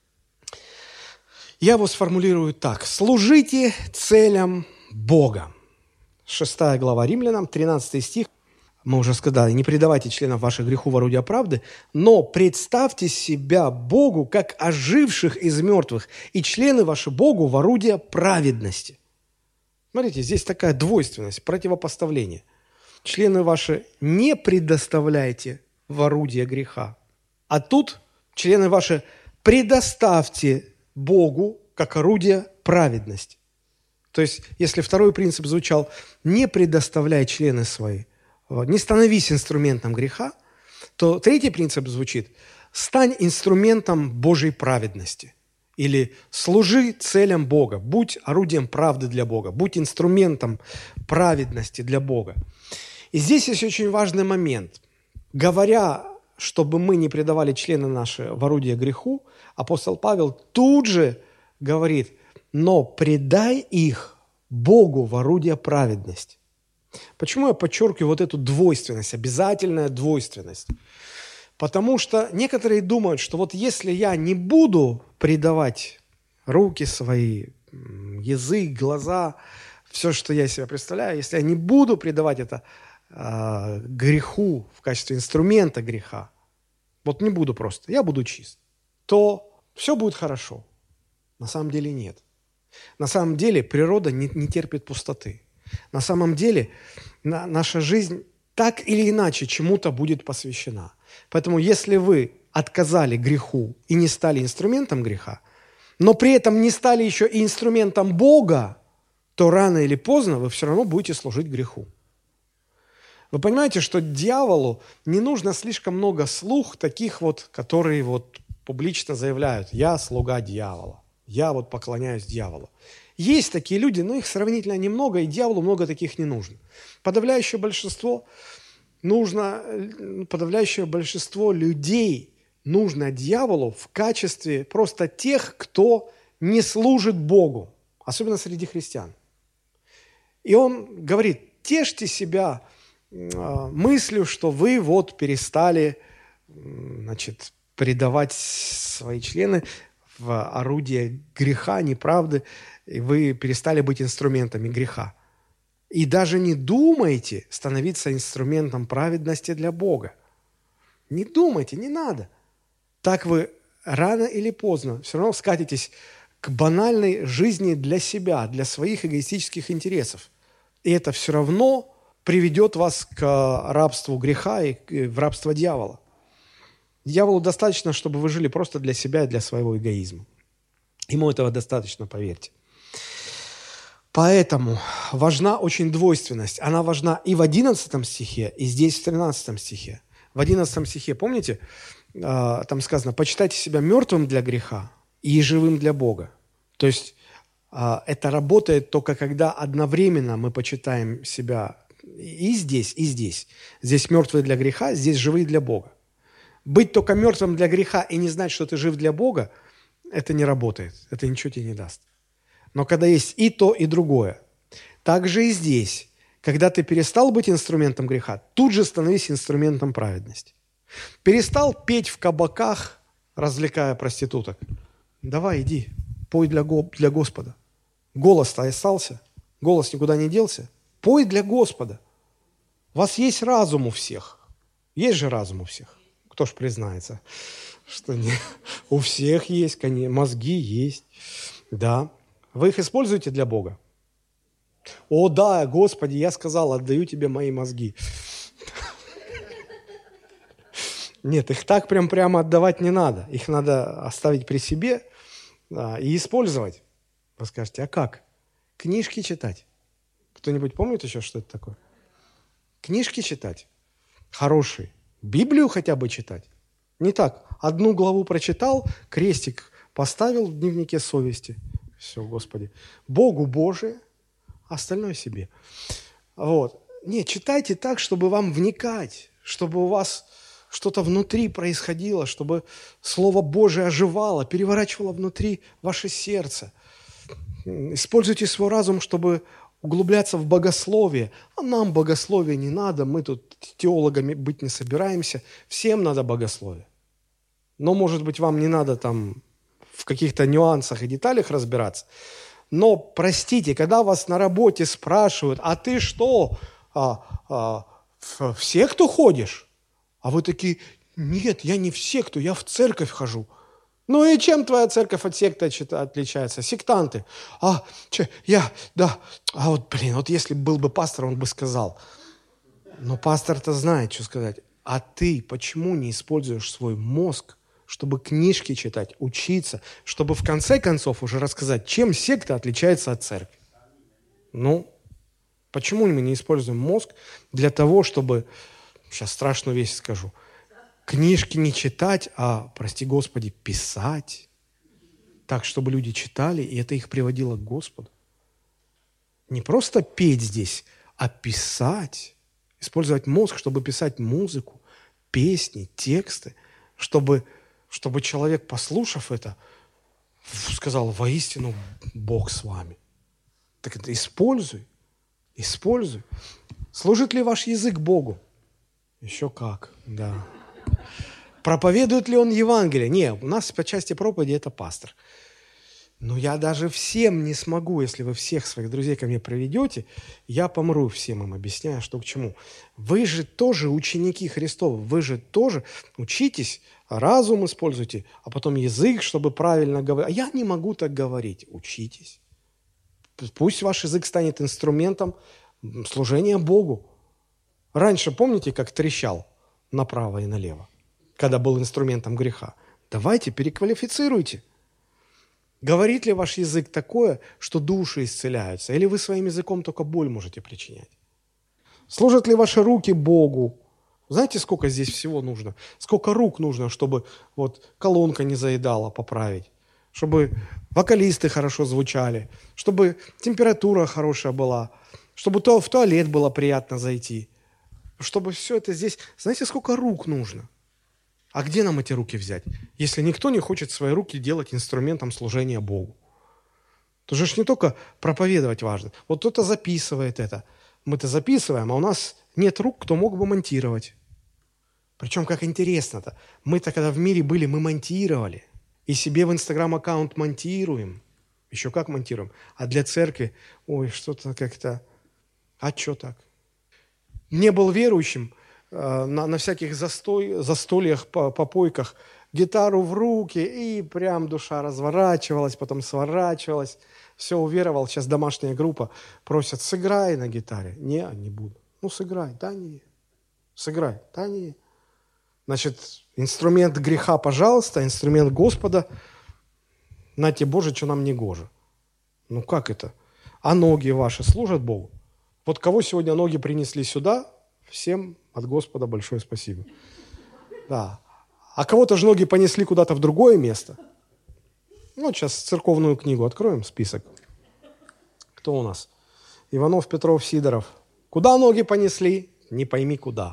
Я его сформулирую так. Служите целям Бога. Шестая глава Римлянам, тринадцатый стих. Мы уже сказали, не предавайте членов ваших греху в орудие правды, но представьте себя Богу, как оживших из мертвых, и члены ваши Богу в орудие праведности. Смотрите, здесь такая двойственность, противопоставление. Члены ваши не предоставляйте в орудие греха, а тут члены ваши предоставьте Богу как орудие праведности. То есть, если второй принцип звучал «не предоставляй члены свои», не становись инструментом греха, то третий принцип звучит «стань инструментом Божьей праведности» или «служи целям Бога», будь орудием правды для Бога, будь инструментом праведности для Бога. И здесь есть очень важный момент. Говоря, чтобы мы не предавали члены наши в орудие греху, апостол Павел тут же говорит «но предай их Богу в орудие праведности». Почему я подчеркиваю вот эту двойственность, обязательная двойственность? Потому что некоторые думают, что вот если я не буду предавать руки свои, язык, глаза, все, что я из себя представляю, если я не буду предавать это э, греху в качестве инструмента греха, вот не буду просто, я буду чист, то все будет хорошо. На самом деле нет. На самом деле природа не, не терпит пустоты. На самом деле на, наша жизнь так или иначе чему-то будет посвящена. Поэтому если вы отказали греху и не стали инструментом греха, но при этом не стали еще и инструментом Бога, то рано или поздно вы все равно будете служить греху. Вы понимаете, что дьяволу не нужно слишком много слух таких вот, которые вот публично заявляют: «Я слуга дьявола, я вот поклоняюсь дьяволу». Есть такие люди, но их сравнительно немного, и дьяволу много таких не нужно. Подавляющее большинство нужно, подавляющее большинство людей нужно дьяволу в качестве просто тех, кто не служит Богу, особенно среди христиан. И он говорит: тешьте себя мыслью, что вы вот перестали, значит, предавать свои члены в орудие греха, неправды, и вы перестали быть инструментами греха. И даже не думайте становиться инструментом праведности для Бога. Не думайте, не надо. Так вы рано или поздно все равно скатитесь к банальной жизни для себя, для своих эгоистических интересов. И это все равно приведет вас к рабству греха и в рабство дьявола. Дьяволу достаточно, чтобы вы жили просто для себя и для своего эгоизма. Ему этого достаточно, поверьте. Поэтому важна очень двойственность. Она важна и в одиннадцатом стихе, и здесь в тринадцатом стихе. В одиннадцатом стихе, помните, там сказано: «Почитайте себя мертвым для греха и живым для Бога». То есть это работает только когда одновременно мы почитаем себя и здесь, и здесь. Здесь мертвые для греха, здесь живые для Бога. Быть только мертвым для греха и не знать, что ты жив для Бога, это не работает, это ничего тебе не даст. Но когда есть и то, и другое, так же и здесь. Когда ты перестал быть инструментом греха, тут же становись инструментом праведности. Перестал петь в кабаках, развлекая проституток. Давай, иди, пой для, Го- для Господа. Голос-то остался, голос никуда не делся. Пой для Господа. У вас есть разум у всех. Есть же разум у всех. Кто ж признается, что не? У всех есть, конечно, мозги есть, да. Вы их используете для Бога? О да, Господи, я сказал, отдаю тебе мои мозги. Нет, их так прям прямо отдавать не надо. Их надо оставить при себе, да, и использовать. Вы скажете, а как? Книжки читать. Кто-нибудь помнит еще, что это такое? Книжки читать. Хорошие. Библию хотя бы читать. Не так. Одну главу прочитал, крестик поставил в дневнике совести. Все, Господи. Богу Божие, остальное себе. Вот. Нет, читайте так, чтобы вам вникать, чтобы у вас что-то внутри происходило, чтобы Слово Божие оживало, переворачивало внутри ваше сердце. Используйте свой разум, чтобы углубляться в богословие. А нам богословие не надо, мы тут теологами быть не собираемся. Всем надо богословие. Но, может быть, вам не надо там в каких-то нюансах и деталях разбираться. Но, простите, когда вас на работе спрашивают, а ты что, а, а, в, в секту ходишь? А вы такие, нет, я не в секту, я в церковь хожу. Ну и чем твоя церковь от секты отличается? Сектанты. А, че, я, да, а вот, блин, вот если был бы пастор, он бы сказал. Но пастор-то знает, что сказать. А ты почему не используешь свой мозг, чтобы книжки читать, учиться, чтобы в конце концов уже рассказать, чем секта отличается от церкви? Ну, почему мы не используем мозг для того, чтобы, сейчас страшную вещь скажу, книжки не читать, а, прости Господи, писать, так, чтобы люди читали, и это их приводило к Господу? Не просто петь здесь, а писать, использовать мозг, чтобы писать музыку, песни, тексты, чтобы... чтобы человек, послушав это, сказал, воистину Бог с вами. Так это используй, используй. Служит ли ваш язык Богу? Еще как, да. Проповедует ли он Евангелие? Нет, у нас по части проповеди это пастор. Но я даже всем не смогу, если вы всех своих друзей ко мне проведете, я помру всем им, объясняя, что к чему. Вы же тоже ученики Христовы, вы же тоже учитесь, разум используйте, а потом язык, чтобы правильно говорить. А я не могу так говорить. Учитесь. Пусть ваш язык станет инструментом служения Богу. Раньше, помните, как трещал направо и налево, когда был инструментом греха? Давайте переквалифицируйте. Говорит ли ваш язык такое, что души исцеляются? Или вы своим языком только боль можете причинять? Служат ли ваши руки Богу? Знаете, сколько здесь всего нужно? Сколько рук нужно, чтобы вот колонка не заедала, поправить? Чтобы вокалисты хорошо звучали? Чтобы температура хорошая была? Чтобы то в туалет было приятно зайти? Чтобы все это здесь... Знаете, сколько рук нужно? А где нам эти руки взять, если никто не хочет свои руки делать инструментом служения Богу? То же ж не только проповедовать важно. Вот кто-то записывает это. Мы-то записываем, а у нас нет рук, кто мог бы монтировать. Причем, как интересно-то, мы-то, когда в мире были, мы монтировали. И себе в Инстаграм-аккаунт монтируем. Еще как монтируем. А для церкви, ой, что-то как-то... А что так? Не был верующим, На, на всяких застой, застольях, попойках, гитару в руки, и прям душа разворачивалась, потом сворачивалась. Все, уверовал, сейчас домашняя группа просят, сыграй на гитаре. Не, не буду. Ну, сыграй, да не. Сыграй, да не. Значит, инструмент греха, пожалуйста, инструмент Господа, нате Боже, что нам не гоже. Ну, как это? А ноги ваши служат Богу? Вот кого сегодня ноги принесли сюда, всем от Господа большое спасибо. Да. А кого-то же ноги понесли куда-то в другое место. Ну, сейчас церковную книгу откроем, список. Кто у нас? Иванов, Петров, Сидоров. Куда ноги понесли? Не пойми куда.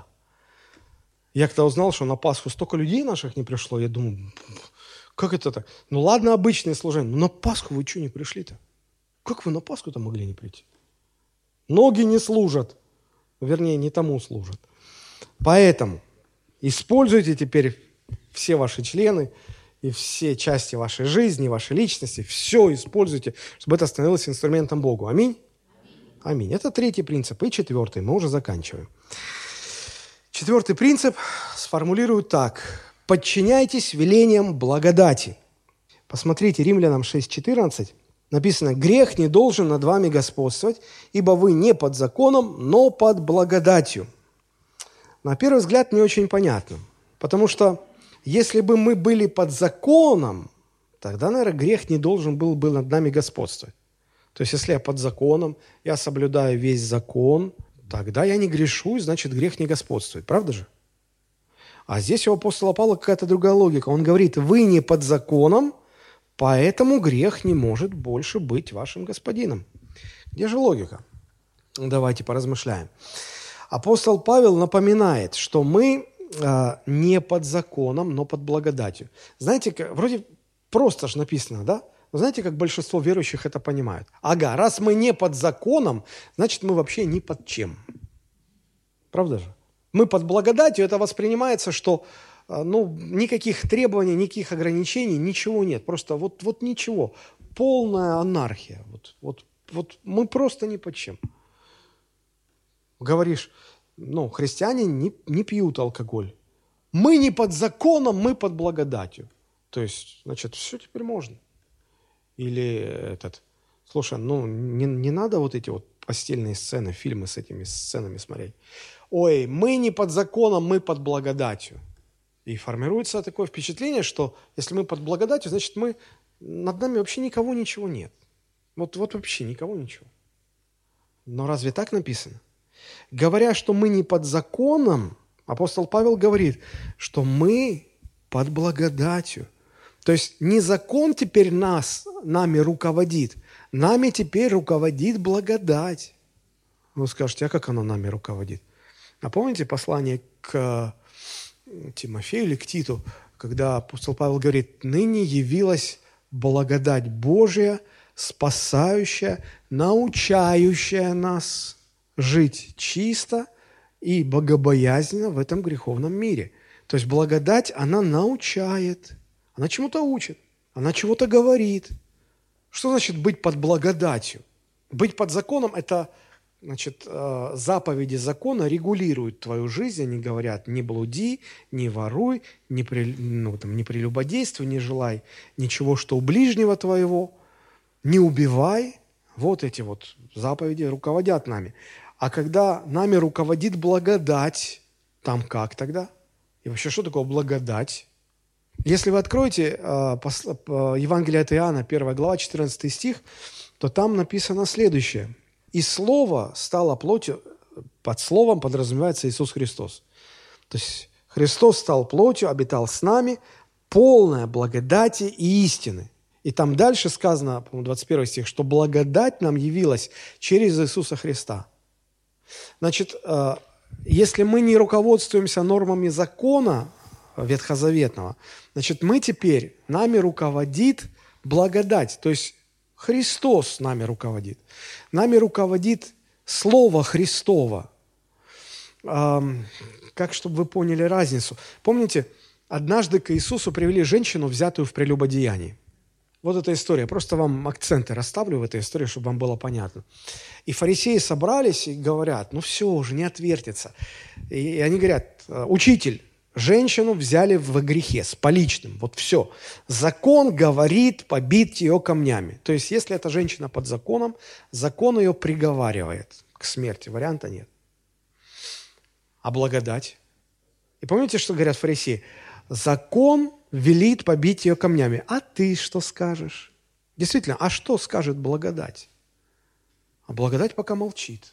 Я когда узнал, что на Пасху столько людей наших не пришло, я думаю, как это так? Ну ладно, обычное служение, но на Пасху вы что не пришли-то? Как вы на Пасху-то могли не прийти? Ноги не служат. Вернее, не тому служат. Поэтому используйте теперь все ваши члены и все части вашей жизни, вашей личности, все используйте, чтобы это становилось инструментом Богу. Аминь? Аминь. Это третий принцип. И четвертый. Мы уже заканчиваем. Четвертый принцип сформулирую так. Подчиняйтесь велениям благодати. Посмотрите, Римлянам шесть четырнадцать. Написано: «Грех не должен над вами господствовать, ибо вы не под законом, но под благодатью». На первый взгляд не очень понятно, потому что если бы мы были под законом, тогда, наверное, грех не должен был бы над нами господствовать. То есть, если я под законом, я соблюдаю весь закон, тогда я не грешу, и значит, грех не господствует. Правда же? А здесь у апостола Павла какая-то другая логика. Он говорит: вы не под законом, поэтому грех не может больше быть вашим господином. Где же логика? Давайте поразмышляем. Апостол Павел напоминает, что мы э, не под законом, но под благодатью. Знаете, вроде просто же написано, да? Но знаете, как большинство верующих это понимают? Ага, раз мы не под законом, значит, мы вообще ни под чем. Правда же? Мы под благодатью, это воспринимается, что ну, никаких требований, никаких ограничений, ничего нет. Просто вот, вот ничего. Полная анархия. Вот, вот, вот мы просто ни под чем. Говоришь, ну, христиане не, не пьют алкоголь. Мы не под законом, мы под благодатью. То есть, значит, все теперь можно. Или этот, слушай, ну, не, не надо вот эти вот постельные сцены, фильмы с этими сценами смотреть. Ой, мы не под законом, мы под благодатью. И формируется такое впечатление, что если мы под благодатью, значит, мы, над нами вообще никого ничего нет. Вот, вот вообще никого ничего. Но разве так написано? Говоря, что мы не под законом, апостол Павел говорит, что мы под благодатью. То есть не закон теперь нас, нами руководит, нами теперь руководит благодать. Вы скажете, а как она нами руководит? А помните послание к Тимофею или к Титу, когда апостол Павел говорит: «Ныне явилась благодать Божия, спасающая, научающая нас жить чисто и богобоязненно в этом греховном мире». То есть благодать, она научает, она чему-то учит, она чего-то говорит. Что значит быть под благодатью? Быть под законом – это, значит, заповеди закона регулируют твою жизнь. Они говорят: не блуди, не воруй, не, при, ну, там, не прелюбодействуй, не желай ничего, что у ближнего твоего, не убивай. Вот эти вот заповеди руководят нами. А когда нами руководит благодать, там как тогда? И вообще, что такое благодать? Если вы откроете э, посл... э, Евангелие от Иоанна, первая глава, четырнадцатый стих, то там написано следующее. «И Слово стало плотью», под Словом подразумевается Иисус Христос. То есть Христос стал плотью, обитал с нами, полная благодати и истины. И там дальше сказано, по-моему, двадцать первый стих, что благодать нам явилась через Иисуса Христа. Значит, э, если мы не руководствуемся нормами закона ветхозаветного, значит, мы теперь, нами руководит благодать, то есть Христос нами руководит. Нами руководит Слово Христово. Эм, как, чтобы вы поняли разницу. Помните, однажды к Иисусу привели женщину, взятую в прелюбодеянии. Вот эта история. Просто вам акценты расставлю в этой истории, чтобы вам было понятно. И фарисеи собрались и говорят: ну все уже, не отвертится. И они говорят: учитель, женщину взяли в грехе, с поличным. Вот все. Закон говорит побить ее камнями. То есть, если эта женщина под законом, закон ее приговаривает к смерти. Варианта нет. А благодать? И помните, что говорят фарисеи? Закон велит побить ее камнями. А ты что скажешь? Действительно, а что скажет благодать? А благодать пока молчит.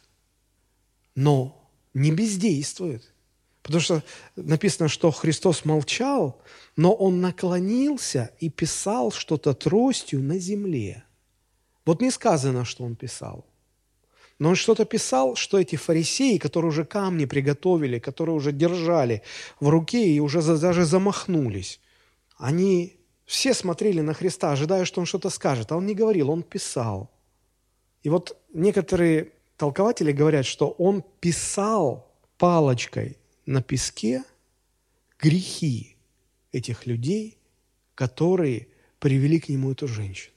Но не бездействует. Потому что написано, что Христос молчал, но Он наклонился и писал что-то тростью на земле. Вот не сказано, что Он писал. Но Он что-то писал, что эти фарисеи, которые уже камни приготовили, которые уже держали в руке и уже даже замахнулись, они все смотрели на Христа, ожидая, что Он что-то скажет. А Он не говорил, Он писал. И вот некоторые толкователи говорят, что Он писал палочкой на песке грехи этих людей, которые привели к Нему эту женщину.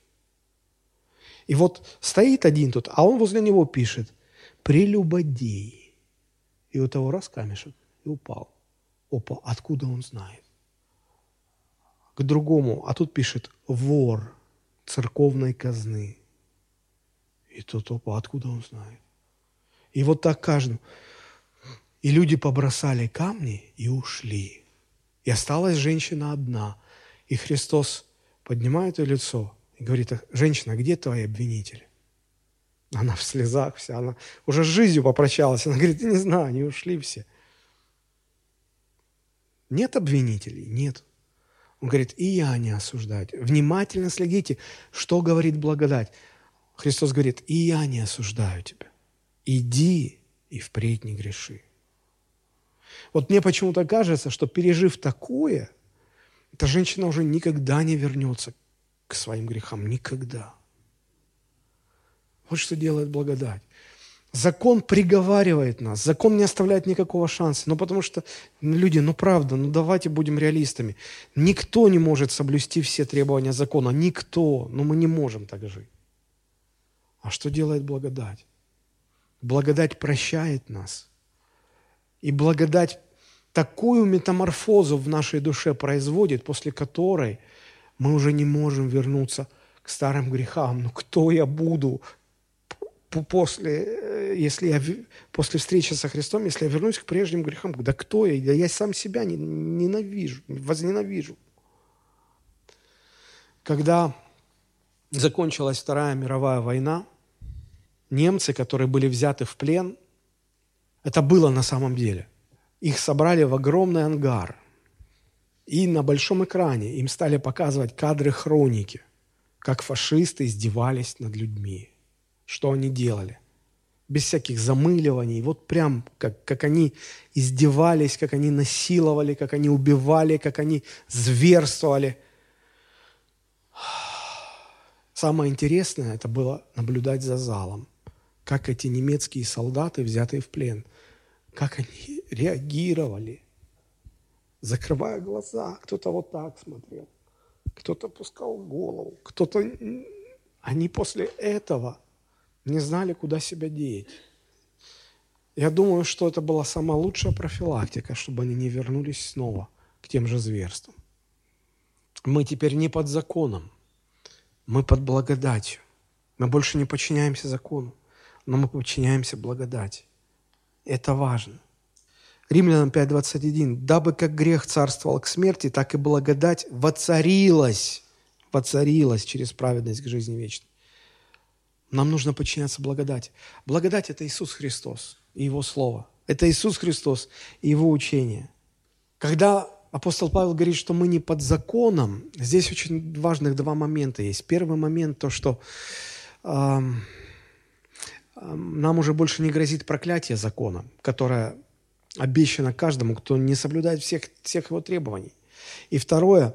И вот стоит один тут, а он возле него пишет: «Прелюбодей». И у того раз камешек и упал. Опа, откуда он знает? К другому, а тут пишет: «Вор церковной казны». И тот, опа, откуда он знает? И вот так каждому. И люди побросали камни и ушли. И осталась женщина одна. И Христос поднимает ее лицо и говорит: женщина, где твои обвинители? Она в слезах вся, она уже с жизнью попрощалась. Она говорит: не знаю, они ушли все. Нет обвинителей? Нет. Он говорит: и я не осуждаю. Внимательно следите, что говорит благодать. Христос говорит: и я не осуждаю тебя. Иди и впредь не греши. Вот мне почему-то кажется, что пережив такое, эта женщина уже никогда не вернется к своим грехам. Никогда. Вот что делает благодать. Закон приговаривает нас, закон не оставляет никакого шанса. Ну, потому что, ну, люди, ну, правда, ну, давайте будем реалистами. Никто не может соблюсти все требования закона. Никто. Но мы не можем так жить. А что делает благодать? Благодать прощает нас. И благодать такую метаморфозу в нашей душе производит, после которой мы уже не можем вернуться к старым грехам. Ну, кто я буду после, если я, после встречи со Христом, если я вернусь к прежним грехам? Да кто я? Да я сам себя ненавижу, возненавижу. Когда закончилась Вторая мировая война, немцы, которые были взяты в плен, это было на самом деле. Их собрали в огромный ангар. И на большом экране им стали показывать кадры хроники, как фашисты издевались над людьми. Что они делали. Без всяких замыливаний. Вот прям как, как они издевались, как они насиловали, как они убивали, как они зверствовали. Самое интересное, это было наблюдать за залом. Как эти немецкие солдаты, взятые в плен, как они реагировали, закрывая глаза. Кто-то вот так смотрел, кто-то опускал голову, кто-то... Они после этого не знали, куда себя деть. Я думаю, что это была самая лучшая профилактика, чтобы они не вернулись снова к тем же зверствам. Мы теперь не под законом, мы под благодатью. Мы больше не подчиняемся закону, но мы подчиняемся благодати. Это важно. Римлянам пять двадцать один. «Дабы как грех царствовал к смерти, так и благодать воцарилась, воцарилась через праведность к жизни вечной». Нам нужно подчиняться благодати. Благодать – это Иисус Христос и Его Слово. Это Иисус Христос и Его учение. Когда апостол Павел говорит, что мы не под законом, здесь очень важных два момента есть. Первый момент – то, что э, э, нам уже больше не грозит проклятие закона, которое обещано каждому, кто не соблюдает всех, всех его требований. И второе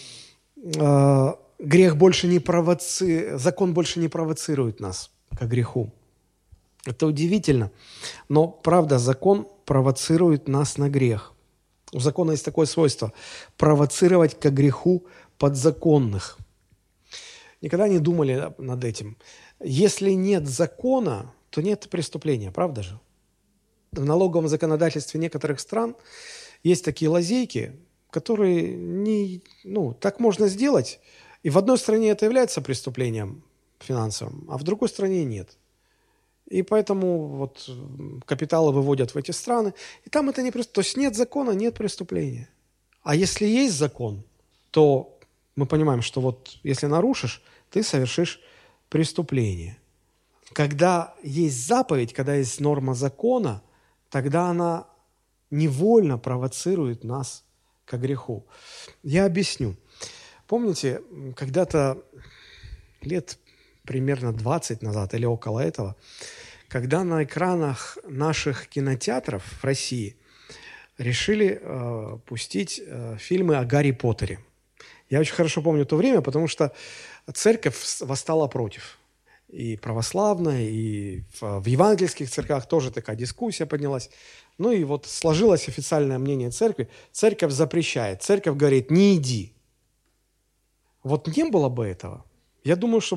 э, – Грех больше не провоци... Закон больше не провоцирует нас к греху. Это удивительно, но правда, закон провоцирует нас на грех. У закона есть такое свойство – провоцировать к греху подзаконных. Никогда не думали над этим? Если нет закона, то нет преступления, правда же? В налоговом законодательстве некоторых стран есть такие лазейки, которые не... Ну, так можно сделать. И в одной стране это является преступлением финансовым, а в другой стране нет. И поэтому вот капиталы выводят в эти страны, и там это не преступление. То есть нет закона, нет преступления. А если есть закон, то мы понимаем, что вот если нарушишь, ты совершишь преступление. Когда есть заповедь, когда есть норма закона, тогда она невольно провоцирует нас к греху. Я объясню. Помните, когда-то лет примерно двадцать назад или около этого, когда на экранах наших кинотеатров в России решили э, пустить э, фильмы о Гарри Поттере. Я очень хорошо помню то время, потому что церковь восстала против. И православная, и в, в евангельских церквях тоже такая дискуссия поднялась. Ну и вот сложилось официальное мнение церкви. Церковь запрещает. Церковь говорит: не иди. Вот не было бы этого, я думаю, что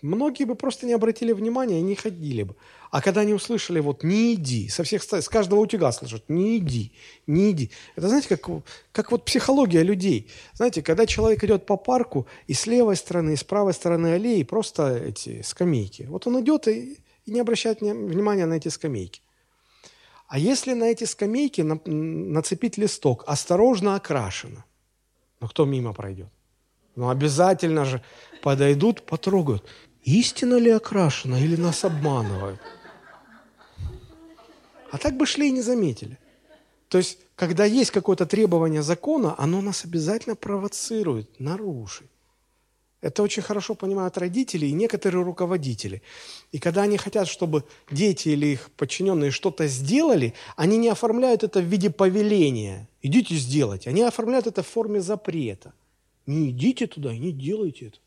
многие бы просто не обратили внимания и не ходили бы. А когда они услышали, вот, не иди, со всех сторон, с каждого утюга слышат, не иди, не иди. Это, знаете, как, как вот психология людей. Знаете, когда человек идет по парку, и с левой стороны, и с правой стороны аллеи просто эти скамейки. Вот он идет и, и не обращает внимания на эти скамейки. А если на эти скамейки на, нацепить листок, осторожно окрашено, ну кто мимо пройдет? Ну обязательно же подойдут, потрогают. Истинно ли окрашено или нас обманывают? А так бы шли и не заметили. То есть, когда есть какое-то требование закона, оно нас обязательно провоцирует нарушить. Это очень хорошо понимают родители и некоторые руководители. И когда они хотят, чтобы дети или их подчиненные что-то сделали, они не оформляют это в виде повеления. Идите сделайте. Они оформляют это в форме запрета. Не идите туда и не делайте это.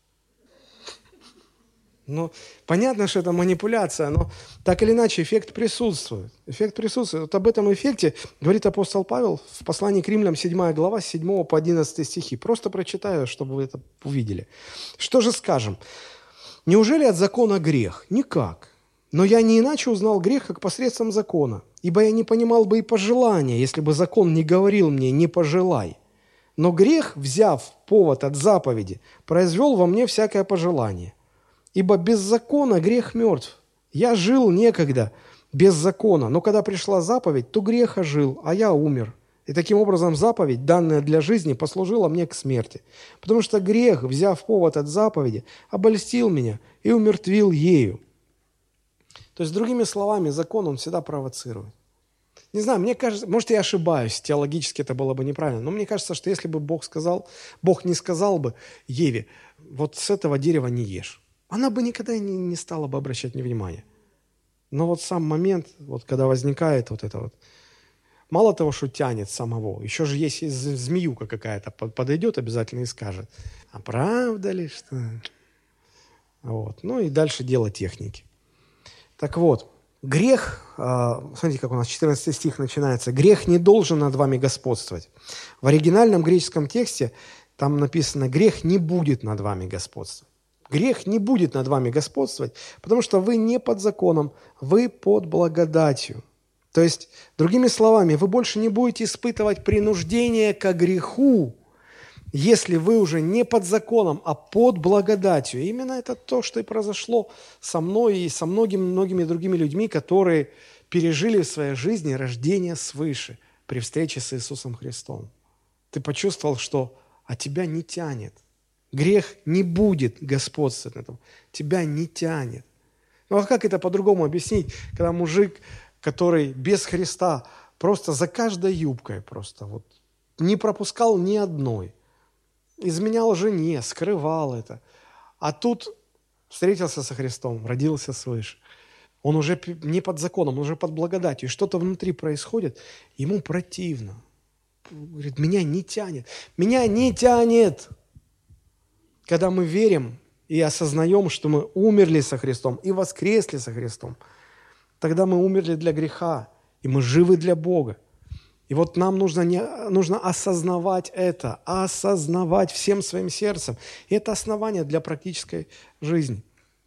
Ну, понятно, что это манипуляция, но так или иначе эффект присутствует. Эффект присутствует. Вот об этом эффекте говорит апостол Павел в послании к Римлянам, седьмая глава, с седьмого по одиннадцатый стихи. Просто прочитаю, чтобы вы это увидели. Что же скажем? Неужели от закона грех? Никак. Но я не иначе узнал грех, как посредством закона. Ибо я не понимал бы и пожелания, если бы закон не говорил мне «не пожелай». Но грех, взяв повод от заповеди, произвел во мне всякое пожелание. Ибо без закона грех мертв. Я жил некогда без закона, но когда пришла заповедь, то грех ожил, а я умер. И таким образом заповедь, данная для жизни, послужила мне к смерти. Потому что грех, взяв повод от заповеди, обольстил меня и умертвил ею. То есть, другими словами, закон, он всегда провоцирует. Не знаю, мне кажется, может, я ошибаюсь, теологически это было бы неправильно, но мне кажется, что если бы Бог сказал, Бог не сказал бы Еве, вот с этого дерева не ешь, она бы никогда не, не стала бы обращать внимания. Но вот сам момент, вот когда возникает вот это вот, мало того, что тянет самого, еще же есть змеюка какая-то, подойдет обязательно и скажет, а правда ли что? Вот. Ну и дальше дело техники. Так вот, грех, смотрите, как у нас четырнадцатый стих начинается, грех не должен над вами господствовать. В оригинальном греческом тексте там написано, грех не будет над вами господствовать. Грех не будет над вами господствовать, потому что вы не под законом, вы под благодатью. То есть, другими словами, вы больше не будете испытывать принуждение к греху, если вы уже не под законом, а под благодатью. И именно это то, что и произошло со мной и со многими-многими другими людьми, которые пережили в своей жизни рождение свыше при встрече с Иисусом Христом. Ты почувствовал, что от тебя не тянет. Грех не будет господствовать на этом. Тебя не тянет. Ну а как это по-другому объяснить, когда мужик, который без Христа, просто за каждой юбкой просто вот не пропускал ни одной, изменял жене, скрывал это, а тут встретился со Христом, родился свыше. Он уже не под законом, он уже под благодатью, и что-то внутри происходит, ему противно. Он говорит, меня не тянет, меня не тянет. Когда мы верим и осознаем, что мы умерли со Христом и воскресли со Христом, тогда мы умерли для греха, и мы живы для Бога. И вот нам нужно, не, нужно осознавать это, осознавать всем своим сердцем. И это основание для практической жизни.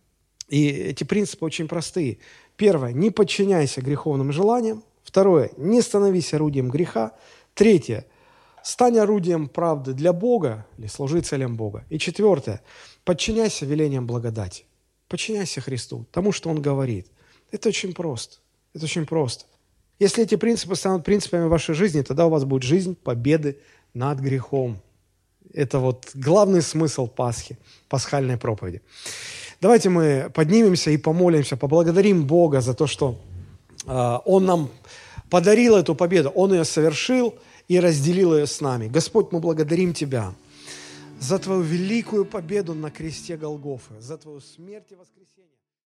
И эти принципы очень простые. Первое, не подчиняйся греховным желаниям. Второе, не становись орудием греха. Третье, стань орудием правды для Бога или служи целям Бога. И четвертое, подчиняйся велениям благодати. Подчиняйся Христу, тому, что Он говорит. Это очень просто. Это очень просто. Если эти принципы станут принципами вашей жизни, тогда у вас будет жизнь победы над грехом. Это вот главный смысл Пасхи, пасхальной проповеди. Давайте мы поднимемся и помолимся, поблагодарим Бога за то, что э, Он нам подарил эту победу, Он ее совершил и разделил ее с нами. Господь, мы благодарим Тебя за Твою великую победу на кресте Голгофы, за Твою смерть и воскресение.